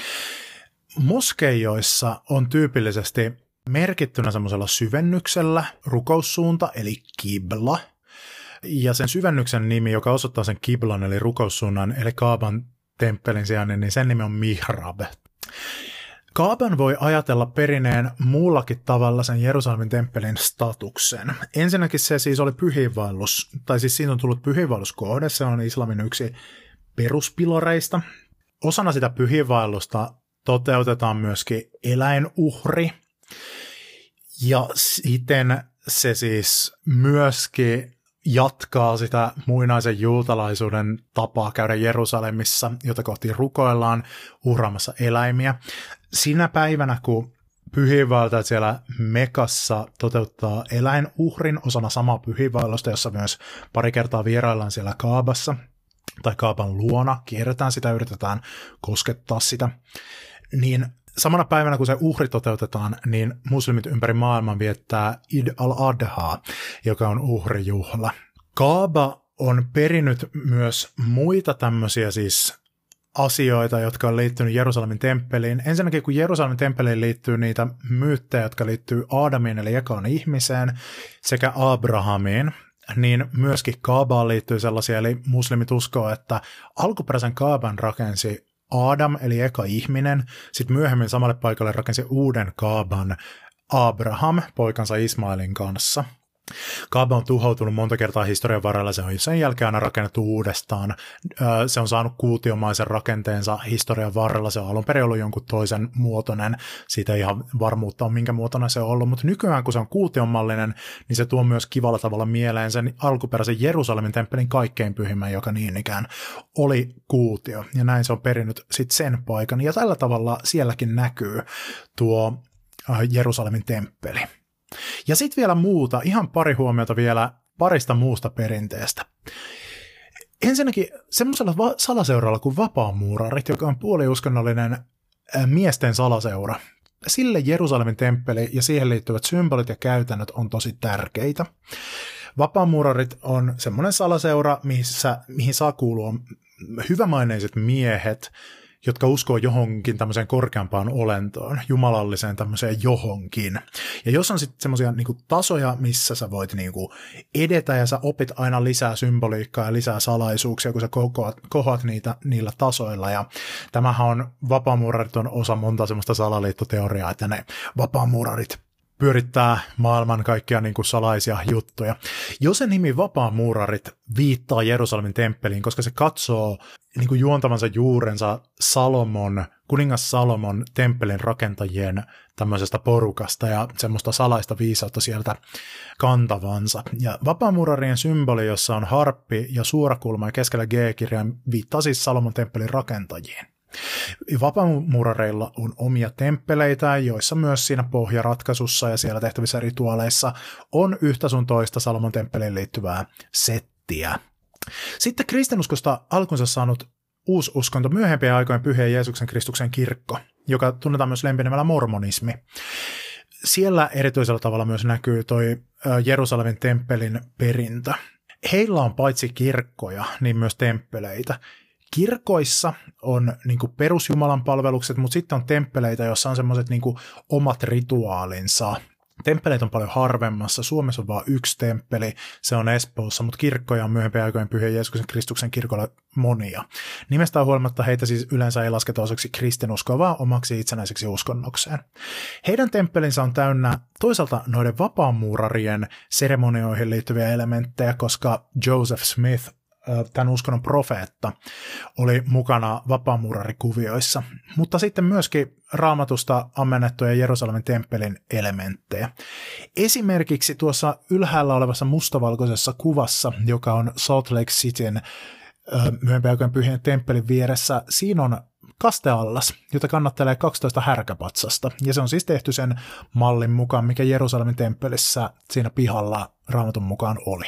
S1: Moskeijoissa on tyypillisesti merkittynä semmoisella syvennyksellä rukoussuunta, eli kibla. Ja sen syvennyksen nimi, joka osoittaa sen kiblan, eli rukoussuunnan, eli Kaaban temppelin sijainnin, niin sen nimi on mihrab. Kaaban voi ajatella perineen muullakin tavalla sen Jerusalemin temppelin statuksen. Ensinnäkin se siis oli pyhiinvaellus, tai siis siitä on tullut pyhiinvaelluskohde, se on islamin yksi peruspilareista. Osana sitä pyhiinvaellusta toteutetaan myöskin eläinuhri, ja siten se siis myöskin jatkaa sitä muinaisen juutalaisuuden tapaa käydä Jerusalemissa, jota kohti rukoillaan uhraamassa eläimiä. Sinä päivänä, kun pyhiinvaeltajat siellä Mekassa toteuttaa eläinuhrin osana samaa pyhiinvaellusta, jossa myös pari kertaa vieraillaan siellä Kaabassa, tai Kaaban luona, kierretään sitä, yritetään koskettaa sitä, niin samana päivänä, kun se uhri toteutetaan, niin muslimit ympäri maailman viettää Id al-Adha, joka on uhrijuhla. Kaaba on perinyt myös muita tämmöisiä siis asioita, jotka on liittynyt Jerusalemin temppeliin. Ensinnäkin, kun Jerusalemin temppeliin liittyy niitä myyttejä, jotka liittyy Aadamiin, eli ekaan ihmiseen, sekä Abrahamiin, niin myöskin Kaabaan liittyy sellaisia, eli muslimit uskoo, että alkuperäisen Kaaban rakensi Adam, eli eka ihminen, sitten myöhemmin samalle paikalle rakensi uuden Kaaban Abraham poikansa Ismailin kanssa. Kaaba on tuhoutunut monta kertaa historian varrella, se on sen jälkeen aina rakennettu uudestaan. Se on saanut kuutiomaisen rakenteensa historian varrella, se on alun perin ollut jonkun toisen muotoinen, siitä ei ihan varmuutta on minkä muotoinen se on ollut, mutta nykyään kun se on kuutionmallinen, niin se tuo myös kivalla tavalla mieleen sen alkuperäisen Jerusalemin temppelin kaikkein pyhimmän, joka niin ikään oli kuutio, ja näin se on perinnyt sitten sen paikan, ja tällä tavalla sielläkin näkyy tuo Jerusalemin temppeli. Ja sitten vielä muuta, ihan pari huomiota vielä parista muusta perinteestä. Ensinnäkin semmoisella salaseuralla kuin vapaamuurarit, joka on puoliuskonnollinen miesten salaseura. Sille Jerusalemin temppeli ja siihen liittyvät symbolit ja käytännöt on tosi tärkeitä. Vapaamuurarit on semmoinen salaseura, mihin saa kuulua hyvämaineiset miehet, jotka uskoo johonkin tämmöiseen korkeampaan olentoon, jumalalliseen tämmöiseen johonkin. Ja jos on sitten semmoisia niinku tasoja, missä sä voit niinku edetä ja sä opit aina lisää symboliikkaa ja lisää salaisuuksia, kun sä kohoat niillä tasoilla. Ja tämähän on, vapaamuurarit on osa monta semmoista salaliittoteoriaa, että ne vapaamuurarit pyörittää maailman kaikkia niin kuin salaisia juttuja. Jos se nimi vapaamuurarit viittaa Jerusalemin temppeliin, koska se katsoo niin kuin juontavansa juurensa kuningas Salomon temppelin rakentajien tämmöisestä porukasta ja semmoista salaista viisautta sieltä kantavansa. Ja vapaamuurarien symboli, jossa on harppi ja suorakulma ja keskellä G-kirjain, viittaa siis Salomon temppelin rakentajiin. Vapaamuurareilla on omia temppeleitä, joissa myös siinä pohjaratkaisussa ja siellä tehtävissä rituaaleissa on yhtä sun toista Salomon temppeliin liittyvää settiä. Sitten kristinuskosta alkunsa saanut uusi uskonto, myöhempien aikojen Pyhien Jeesuksen Kristuksen kirkko, joka tunnetaan myös lempinimellä mormonismi. Siellä erityisellä tavalla myös näkyy toi Jerusalemin temppelin perintö. Heillä on paitsi kirkkoja, niin myös temppeleitä. Kirkoissa on niin kuin perusjumalan palvelukset, mutta sitten on temppeleitä, joissa on semmoiset niin kuin omat rituaalinsa. Temppeleitä on paljon harvemmassa. Suomessa on vain yksi temppeli, se on Espoossa, mutta kirkkoja on myöhempien aikojen Pyhien Jeesuksen Kristuksen kirkolla monia. Nimestään huolimatta heitä siis yleensä ei lasketa osaksi kristinuskoa, vaan omaksi itsenäiseksi uskonnokseen. Heidän temppelinsä on täynnä toisaalta noiden vapaamuurarien seremonioihin liittyviä elementtejä, koska Joseph Smith tämän uskonnon profeetta, oli mukana vapaamuurarikuvioissa, mutta sitten myöskin Raamatusta ammennettuja Jerusalemin temppelin elementtejä. Esimerkiksi tuossa ylhäällä olevassa mustavalkoisessa kuvassa, joka on Salt Lake Cityn myöhempien aikojen pyhien temppelin vieressä, siinä on kasteallas, jota kannattelee 12 härkäpatsasta, ja se on siis tehty sen mallin mukaan, mikä Jerusalemin temppelissä siinä pihalla Raamatun mukaan oli.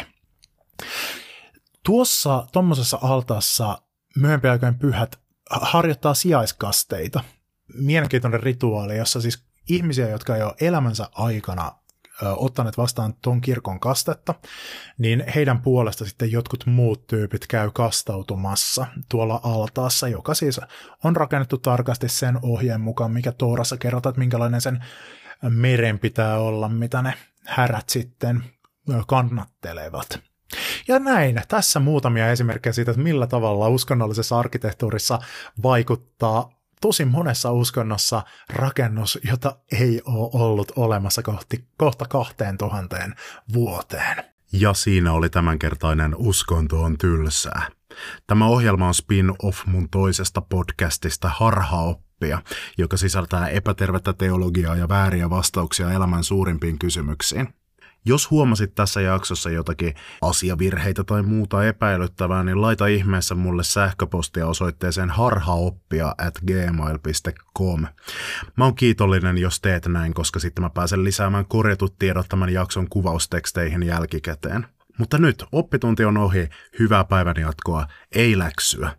S1: Tuommoisessa altaassa myöhempien aikojen pyhät harjoittaa sijaiskasteita. Mielenkiintoinen rituaali, jossa siis ihmisiä, jotka ei ole elämänsä aikana ottaneet vastaan ton kirkon kastetta, niin heidän puolesta sitten jotkut muut tyypit käy kastautumassa tuolla altaassa, joka siis on rakennettu tarkasti sen ohjeen mukaan, mikä Toorassa kerrotaan, että minkälainen sen meren pitää olla, mitä ne härät sitten kannattelevat. Ja näin, tässä muutamia esimerkkejä siitä, että millä tavalla uskonnollisessa arkkitehtuurissa vaikuttaa tosi monessa uskonnossa rakennus, jota ei ole ollut olemassa kohta 2000 vuoteen.
S2: Ja siinä oli tämänkertainen Uskonto on tylsää. Tämä ohjelma on spin-off mun toisesta podcastista Harhaoppia, joka sisältää epätervettä teologiaa ja vääriä vastauksia elämän suurimpiin kysymyksiin. Jos huomasit tässä jaksossa jotakin asiavirheitä tai muuta epäilyttävää, niin laita ihmeessä mulle sähköpostia osoitteeseen harhaoppia@gmail.com. Mä oon kiitollinen, jos teet näin, koska sitten mä pääsen lisäämään korjatut tiedot tämän jakson kuvausteksteihin jälkikäteen. Mutta nyt oppitunti on ohi, hyvää päivänjatkoa, ei läksyä.